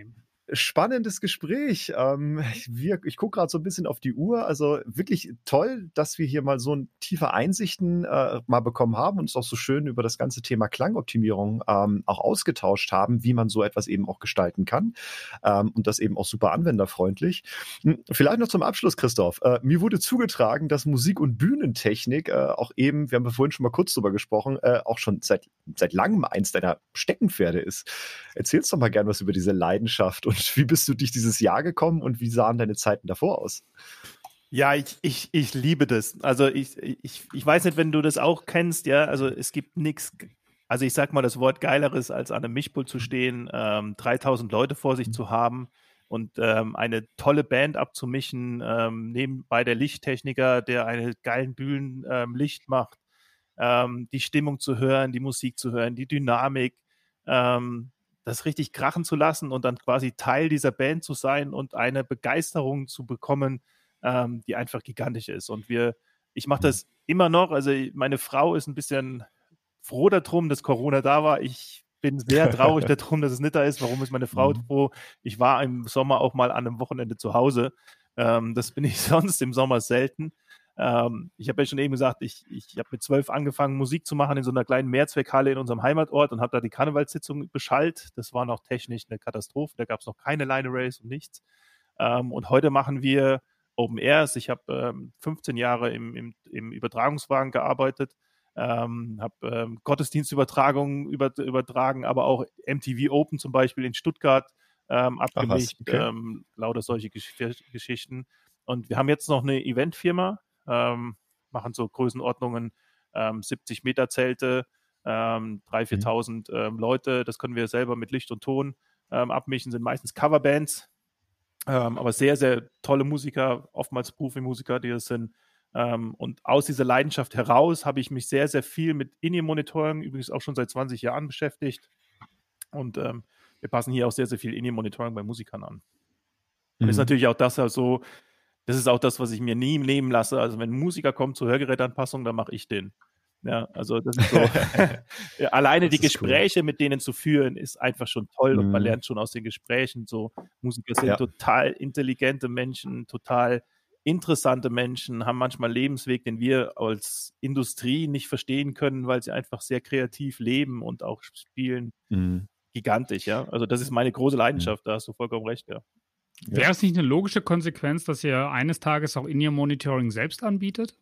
spannendes Gespräch. Ähm, wir, ich gucke gerade so ein bisschen auf die Uhr. Also wirklich toll, dass wir hier mal so ein tiefe Einsichten äh, mal bekommen haben und uns auch so schön über das ganze Thema Klangoptimierung ähm, auch ausgetauscht haben, wie man so etwas eben auch gestalten kann. Ähm, und das eben auch super anwenderfreundlich. Hm, vielleicht noch zum Abschluss, Christoph. Äh, mir wurde zugetragen, dass Musik- und Bühnentechnik äh, auch eben, wir haben ja vorhin schon mal kurz drüber gesprochen, äh, auch schon seit, seit langem eins deiner Steckenpferde ist. Erzähl's doch mal gern was über diese Leidenschaft und wie bist du durch dieses Jahr gekommen und wie sahen deine Zeiten davor aus? Ja, ich, ich, ich liebe das. Also ich, ich, ich weiß nicht, wenn du das auch kennst, ja, also es gibt nichts, also ich sag mal das Wort Geileres, als an einem Mischpult zu stehen, ähm, dreitausend Leute vor sich zu haben und ähm, eine tolle Band abzumischen, ähm, nebenbei der Lichttechniker, der einen geilen Bühnenlicht ähm, macht, ähm, die Stimmung zu hören, die Musik zu hören, die Dynamik, ähm, das richtig krachen zu lassen und dann quasi Teil dieser Band zu sein und eine Begeisterung zu bekommen, ähm, die einfach gigantisch ist. Und wir, ich mache das immer noch, also meine Frau ist ein bisschen froh darum, dass Corona da war. Ich bin sehr traurig darum, dass es nicht da ist. Warum ist meine Frau Mhm. froh? Ich war im Sommer auch mal an einem Wochenende zu Hause. Ähm, das bin ich sonst im Sommer selten. Ähm, ich habe ja schon eben gesagt, ich, ich habe mit zwölf angefangen, Musik zu machen in so einer kleinen Mehrzweckhalle in unserem Heimatort und habe da die Karnevalssitzung beschallt. Das war noch technisch eine Katastrophe. Da gab es noch keine Line Arrays und nichts. Ähm, und heute machen wir Open Airs. Ich habe ähm, fünfzehn Jahre im, im, im Übertragungswagen gearbeitet, ähm, habe ähm, Gottesdienstübertragungen über, übertragen, aber auch M T V Open zum Beispiel in Stuttgart ähm, Ach was, abgemischt, okay. ähm, lauter solche Gesch Geschichten. Und wir haben jetzt noch eine Eventfirma, ähm, machen so Größenordnungen, ähm, siebzig Meter Zelte, ähm, dreitausend, viertausend ähm, Leute, das können wir selber mit Licht und Ton ähm, abmischen, sind meistens Coverbands, ähm, aber sehr, sehr tolle Musiker, oftmals Profimusiker, die das sind. Ähm, und aus dieser Leidenschaft heraus habe ich mich sehr, sehr viel mit In-Ear-Monitoring, übrigens auch schon seit zwanzig Jahren beschäftigt. Und ähm, wir passen hier auch sehr, sehr viel In-Ear-Monitoring bei Musikern an. Und ist Mhm. natürlich auch das also, das ist auch das, was ich mir nie nehmen lasse. Also wenn ein Musiker kommt zur Hörgerätanpassung, dann mache ich den. Ja, also das ist so. Ja, alleine Das die ist cool. Gespräche mit denen zu führen, ist einfach schon toll und man Mhm. lernt schon aus den Gesprächen so. Musiker sind Ja. total intelligente Menschen, total interessante Menschen, haben manchmal Lebensweg, den wir als Industrie nicht verstehen können, weil sie einfach sehr kreativ leben und auch spielen. Mhm. Gigantisch, ja. Also das ist meine große Leidenschaft, da hast du vollkommen recht, ja. Ja. Wäre es nicht eine logische Konsequenz, dass ihr eines Tages auch In-Ear-Monitoring selbst anbietet?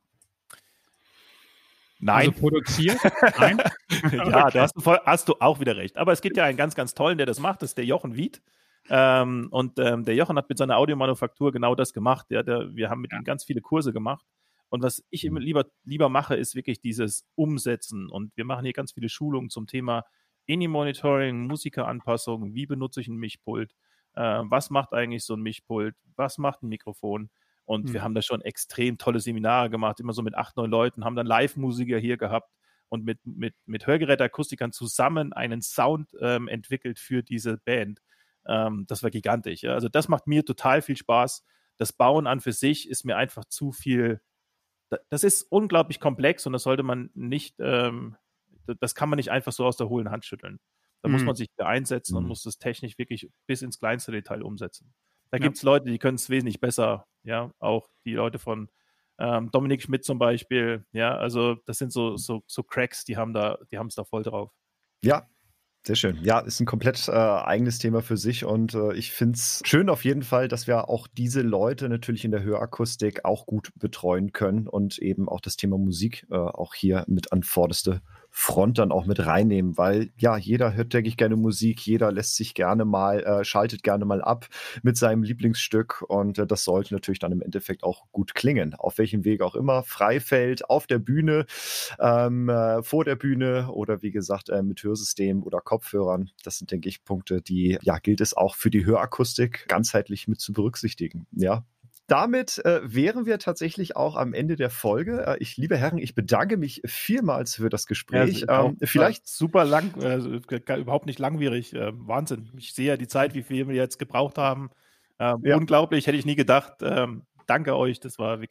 Also Nein. produziert? Nein? Ja, Okay. da hast du, voll, hast du auch wieder recht. Aber es gibt ja einen ganz, ganz tollen, der das macht, das ist der Jochen Wied. Ähm, und ähm, der Jochen hat mit seiner Audiomanufaktur genau das gemacht. Ja, der, wir haben mit ihm ganz viele Kurse gemacht. Und was ich immer lieber, lieber mache, ist wirklich dieses Umsetzen. Und wir machen hier ganz viele Schulungen zum Thema In-Ear-Monitoring, Musikeranpassung, wie benutze ich ein Mischpult, äh, was macht eigentlich so ein Mischpult, was macht ein Mikrofon. Und Hm. wir haben da schon extrem tolle Seminare gemacht, immer so mit acht, neun Leuten, haben dann Live-Musiker hier gehabt und mit, mit, mit Hörgeräteakustikern zusammen einen Sound ähm, entwickelt für diese Band. Ähm, das war gigantisch. Ja? Also das macht mir total viel Spaß. Das Bauen an für sich ist mir einfach zu viel. Das ist unglaublich komplex und das sollte man nicht, ähm, das kann man nicht einfach so aus der hohlen Hand schütteln. Da Hm. muss man sich für einsetzen und Mhm. muss das technisch wirklich bis ins kleinste Detail umsetzen. Da Ja. gibt es Leute, die können es wesentlich besser, ja, auch die Leute von ähm, Dominik Schmidt zum Beispiel, ja, also das sind so, so, so Cracks, die haben da, die haben es da voll drauf. Ja, sehr schön. Ja, ist ein komplett äh, eigenes Thema für sich und äh, ich finde es schön auf jeden Fall, dass wir auch diese Leute natürlich in der Hörakustik auch gut betreuen können und eben auch das Thema Musik äh, auch hier mit an vorderste Front dann auch mit reinnehmen, weil ja, jeder hört, denke ich, gerne Musik, jeder lässt sich gerne mal, äh, schaltet gerne mal ab mit seinem Lieblingsstück und äh, das sollte natürlich dann im Endeffekt auch gut klingen, auf welchem Weg auch immer, Freifeld, auf der Bühne, ähm, äh, vor der Bühne oder wie gesagt äh, mit Hörsystem oder Kopfhörern. Das sind, denke ich, Punkte, die, ja, gilt es auch für die Hörakustik ganzheitlich mit zu berücksichtigen, ja. Damit äh, wären wir tatsächlich auch am Ende der Folge. Äh, ich, liebe Herren, ich bedanke mich vielmals für das Gespräch. Ja, ähm, vielleicht super lang, äh, überhaupt nicht langwierig. Äh, Wahnsinn. Ich sehe ja die Zeit, wie viel wir jetzt gebraucht haben. Ähm, Ja. Unglaublich, hätte ich nie gedacht. Ähm, danke euch, das war wirklich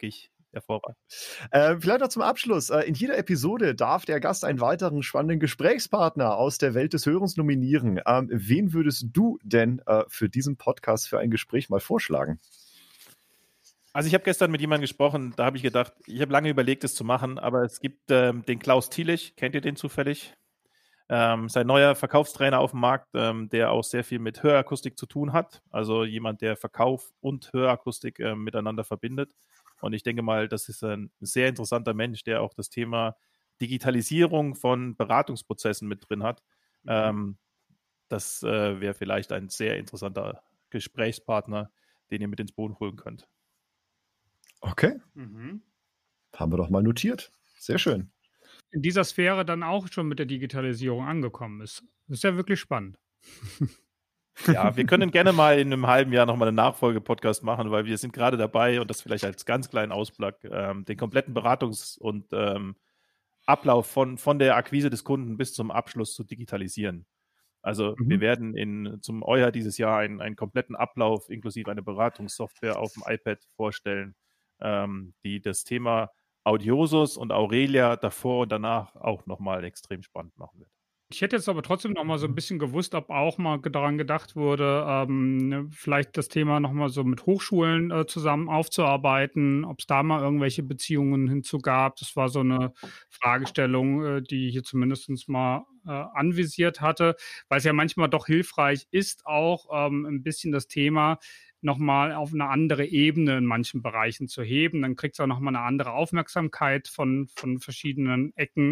hervorragend. Äh, vielleicht noch zum Abschluss. Äh, in jeder Episode darf der Gast einen weiteren spannenden Gesprächspartner aus der Welt des Hörens nominieren. Ähm, wen würdest du denn äh, für diesen Podcast für ein Gespräch mal vorschlagen? Also ich habe gestern mit jemandem gesprochen, da habe ich gedacht, ich habe lange überlegt, es zu machen, aber es gibt ähm, den Klaus Thielich, kennt ihr den zufällig? Ähm, sein neuer Verkaufstrainer auf dem Markt, ähm, der auch sehr viel mit Hörakustik zu tun hat. Also jemand, der Verkauf und Hörakustik äh, miteinander verbindet. Und ich denke mal, das ist ein sehr interessanter Mensch, der auch das Thema Digitalisierung von Beratungsprozessen mit drin hat. Mhm. Ähm, das äh, wäre vielleicht ein sehr interessanter Gesprächspartner, den ihr mit ins Boot holen könnt. Okay. Mhm. Haben wir doch mal notiert. Sehr schön. In dieser Sphäre dann auch schon mit der Digitalisierung angekommen ist. Das ist ja wirklich spannend. Ja, wir können gerne mal in einem halben Jahr nochmal einen Nachfolge-Podcast machen, weil wir sind gerade dabei, und das vielleicht als ganz kleinen Ausblick, ähm, den kompletten Beratungs- und ähm, Ablauf von, von der Akquise des Kunden bis zum Abschluss zu digitalisieren. Also mhm. wir werden in, zum Eujahr dieses Jahr einen, einen kompletten Ablauf inklusive eine Beratungssoftware auf dem iPad vorstellen, ähm, die das Thema Audiosus und Aurelia davor und danach auch nochmal extrem spannend machen wird. Ich hätte jetzt aber trotzdem noch mal so ein bisschen gewusst, ob auch mal daran gedacht wurde, ähm, vielleicht das Thema noch mal so mit Hochschulen äh, zusammen aufzuarbeiten, ob es da mal irgendwelche Beziehungen hinzu gab. Das war so eine Fragestellung, äh, die ich hier zumindest mal äh, anvisiert hatte, weil es ja manchmal doch hilfreich ist, auch ähm, ein bisschen das Thema nochmal auf eine andere Ebene in manchen Bereichen zu heben. Dann kriegt es auch nochmal eine andere Aufmerksamkeit von, von verschiedenen Ecken.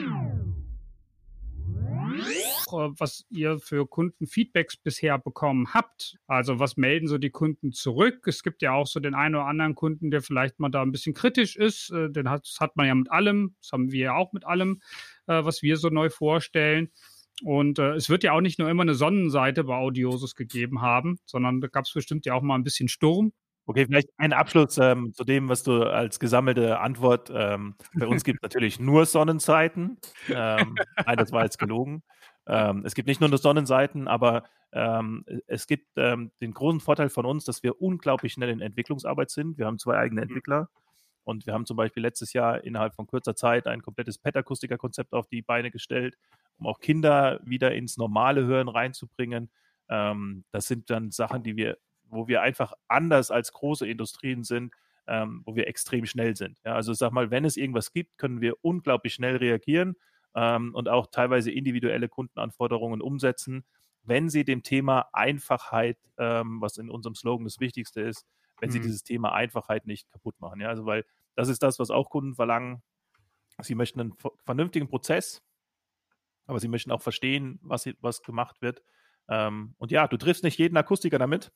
Was ihr für Kundenfeedbacks bisher bekommen habt. Also was melden so die Kunden zurück? Es gibt ja auch so den einen oder anderen Kunden, der vielleicht mal da ein bisschen kritisch ist. Den hat, das hat man ja mit allem. Das haben wir ja auch mit allem, was wir so neu vorstellen. Und äh, es wird ja auch nicht nur immer eine Sonnenseite bei Audiosus gegeben haben, sondern da gab es bestimmt ja auch mal ein bisschen Sturm. Okay, vielleicht ein Abschluss ähm, zu dem, was du als gesammelte Antwort, ähm, bei uns gibt es natürlich nur Sonnenseiten. Ähm, nein, das war jetzt gelogen. Ähm, es gibt nicht nur Sonnenseiten, aber ähm, es gibt ähm, den großen Vorteil von uns, dass wir unglaublich schnell in Entwicklungsarbeit sind. Wir haben zwei eigene Entwickler und wir haben zum Beispiel letztes Jahr innerhalb von kurzer Zeit ein komplettes Pet-Akustiker-Konzept auf die Beine gestellt, um auch Kinder wieder ins normale Hören reinzubringen. Ähm, das sind dann Sachen, die wir wo wir einfach anders als große Industrien sind, ähm, wo wir extrem schnell sind. Ja, also sag mal, wenn es irgendwas gibt, können wir unglaublich schnell reagieren ähm, und auch teilweise individuelle Kundenanforderungen umsetzen, wenn sie dem Thema Einfachheit, ähm, was in unserem Slogan das Wichtigste ist, wenn mhm. sie dieses Thema Einfachheit nicht kaputt machen. Ja, also weil das ist das, was auch Kunden verlangen. Sie möchten einen vernünftigen Prozess, aber sie möchten auch verstehen, was, was gemacht wird. Ähm, und ja, du triffst nicht jeden Akustiker damit.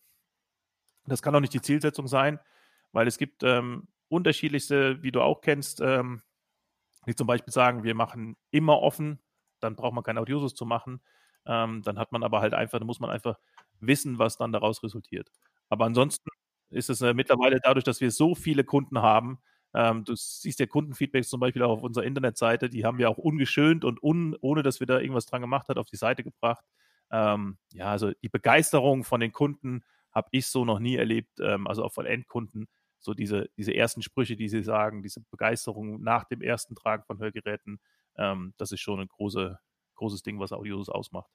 Das kann auch nicht die Zielsetzung sein, weil es gibt ähm, unterschiedlichste, wie du auch kennst, ähm, die zum Beispiel sagen, wir machen immer offen, dann braucht man kein Audiosus zu machen. Ähm, dann hat man aber halt einfach, da muss man einfach wissen, was dann daraus resultiert. Aber ansonsten ist es äh, mittlerweile dadurch, dass wir so viele Kunden haben, ähm, du siehst ja Kundenfeedbacks zum Beispiel auch auf unserer Internetseite, die haben wir auch ungeschönt und un, ohne, dass wir da irgendwas dran gemacht haben, auf die Seite gebracht. Ähm, ja, also die Begeisterung von den Kunden habe ich so noch nie erlebt, ähm, also auch von Endkunden, so diese, diese ersten Sprüche, die sie sagen, diese Begeisterung nach dem ersten Tragen von Hörgeräten, ähm, das ist schon ein große, großes Ding, was Audiosus ausmacht.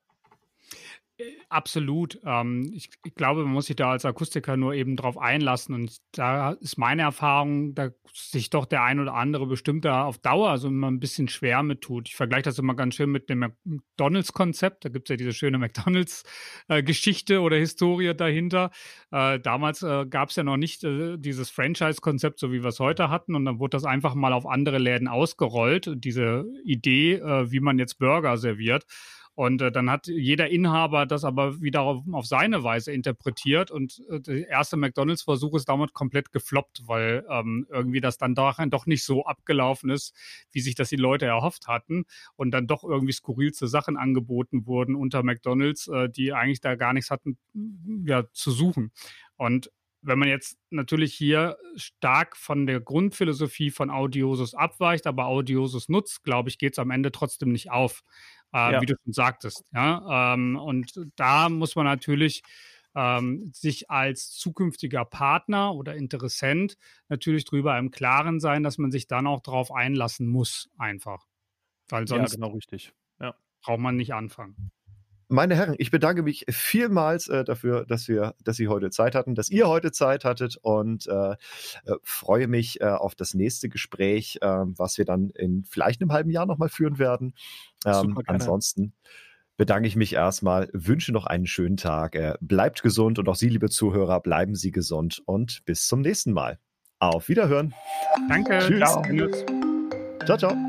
Absolut. Ähm, ich, ich glaube, man muss sich da als Akustiker nur eben drauf einlassen. Und da ist meine Erfahrung, dass sich doch der ein oder andere bestimmt da auf Dauer so immer ein bisschen schwer mit tut. Ich vergleiche das immer ganz schön mit dem McDonalds-Konzept. Da gibt es ja diese schöne McDonalds-Geschichte oder Historie dahinter. Äh, damals äh, gab es ja noch nicht äh, dieses Franchise-Konzept, so wie wir es heute hatten. Und dann wurde das einfach mal auf andere Läden ausgerollt. Diese Idee, äh, wie man jetzt Burger serviert. Und äh, dann hat jeder Inhaber das aber wieder auf, auf seine Weise interpretiert und äh, der erste McDonalds-Versuch ist damit komplett gefloppt, weil ähm, irgendwie das dann doch, doch nicht so abgelaufen ist, wie sich das die Leute erhofft hatten und dann doch irgendwie skurrilste Sachen angeboten wurden unter McDonalds, äh, die eigentlich da gar nichts hatten ja, zu suchen. Und wenn man jetzt natürlich hier stark von der Grundphilosophie von Audiosus abweicht, aber Audiosus nutzt, glaube ich, geht es am Ende trotzdem nicht auf. Äh, ja. Wie du schon sagtest. Ja? Ähm, und da muss man natürlich ähm, sich als zukünftiger Partner oder Interessent natürlich darüber im Klaren sein, dass man sich dann auch darauf einlassen muss, einfach. Weil sonst ja, genau richtig. Ja. braucht man nicht anfangen. Meine Herren, ich bedanke mich vielmals äh, dafür, dass wir, dass Sie heute Zeit hatten, dass ihr heute Zeit hattet und äh, äh, freue mich äh, auf das nächste Gespräch, äh, was wir dann in vielleicht einem halben Jahr nochmal führen werden. Ähm, ansonsten bedanke ich mich erstmal, wünsche noch einen schönen Tag, äh, bleibt gesund und auch Sie, liebe Zuhörer, bleiben Sie gesund und bis zum nächsten Mal. Auf Wiederhören. Danke. Tschüss. Ciao. Ciao, ciao.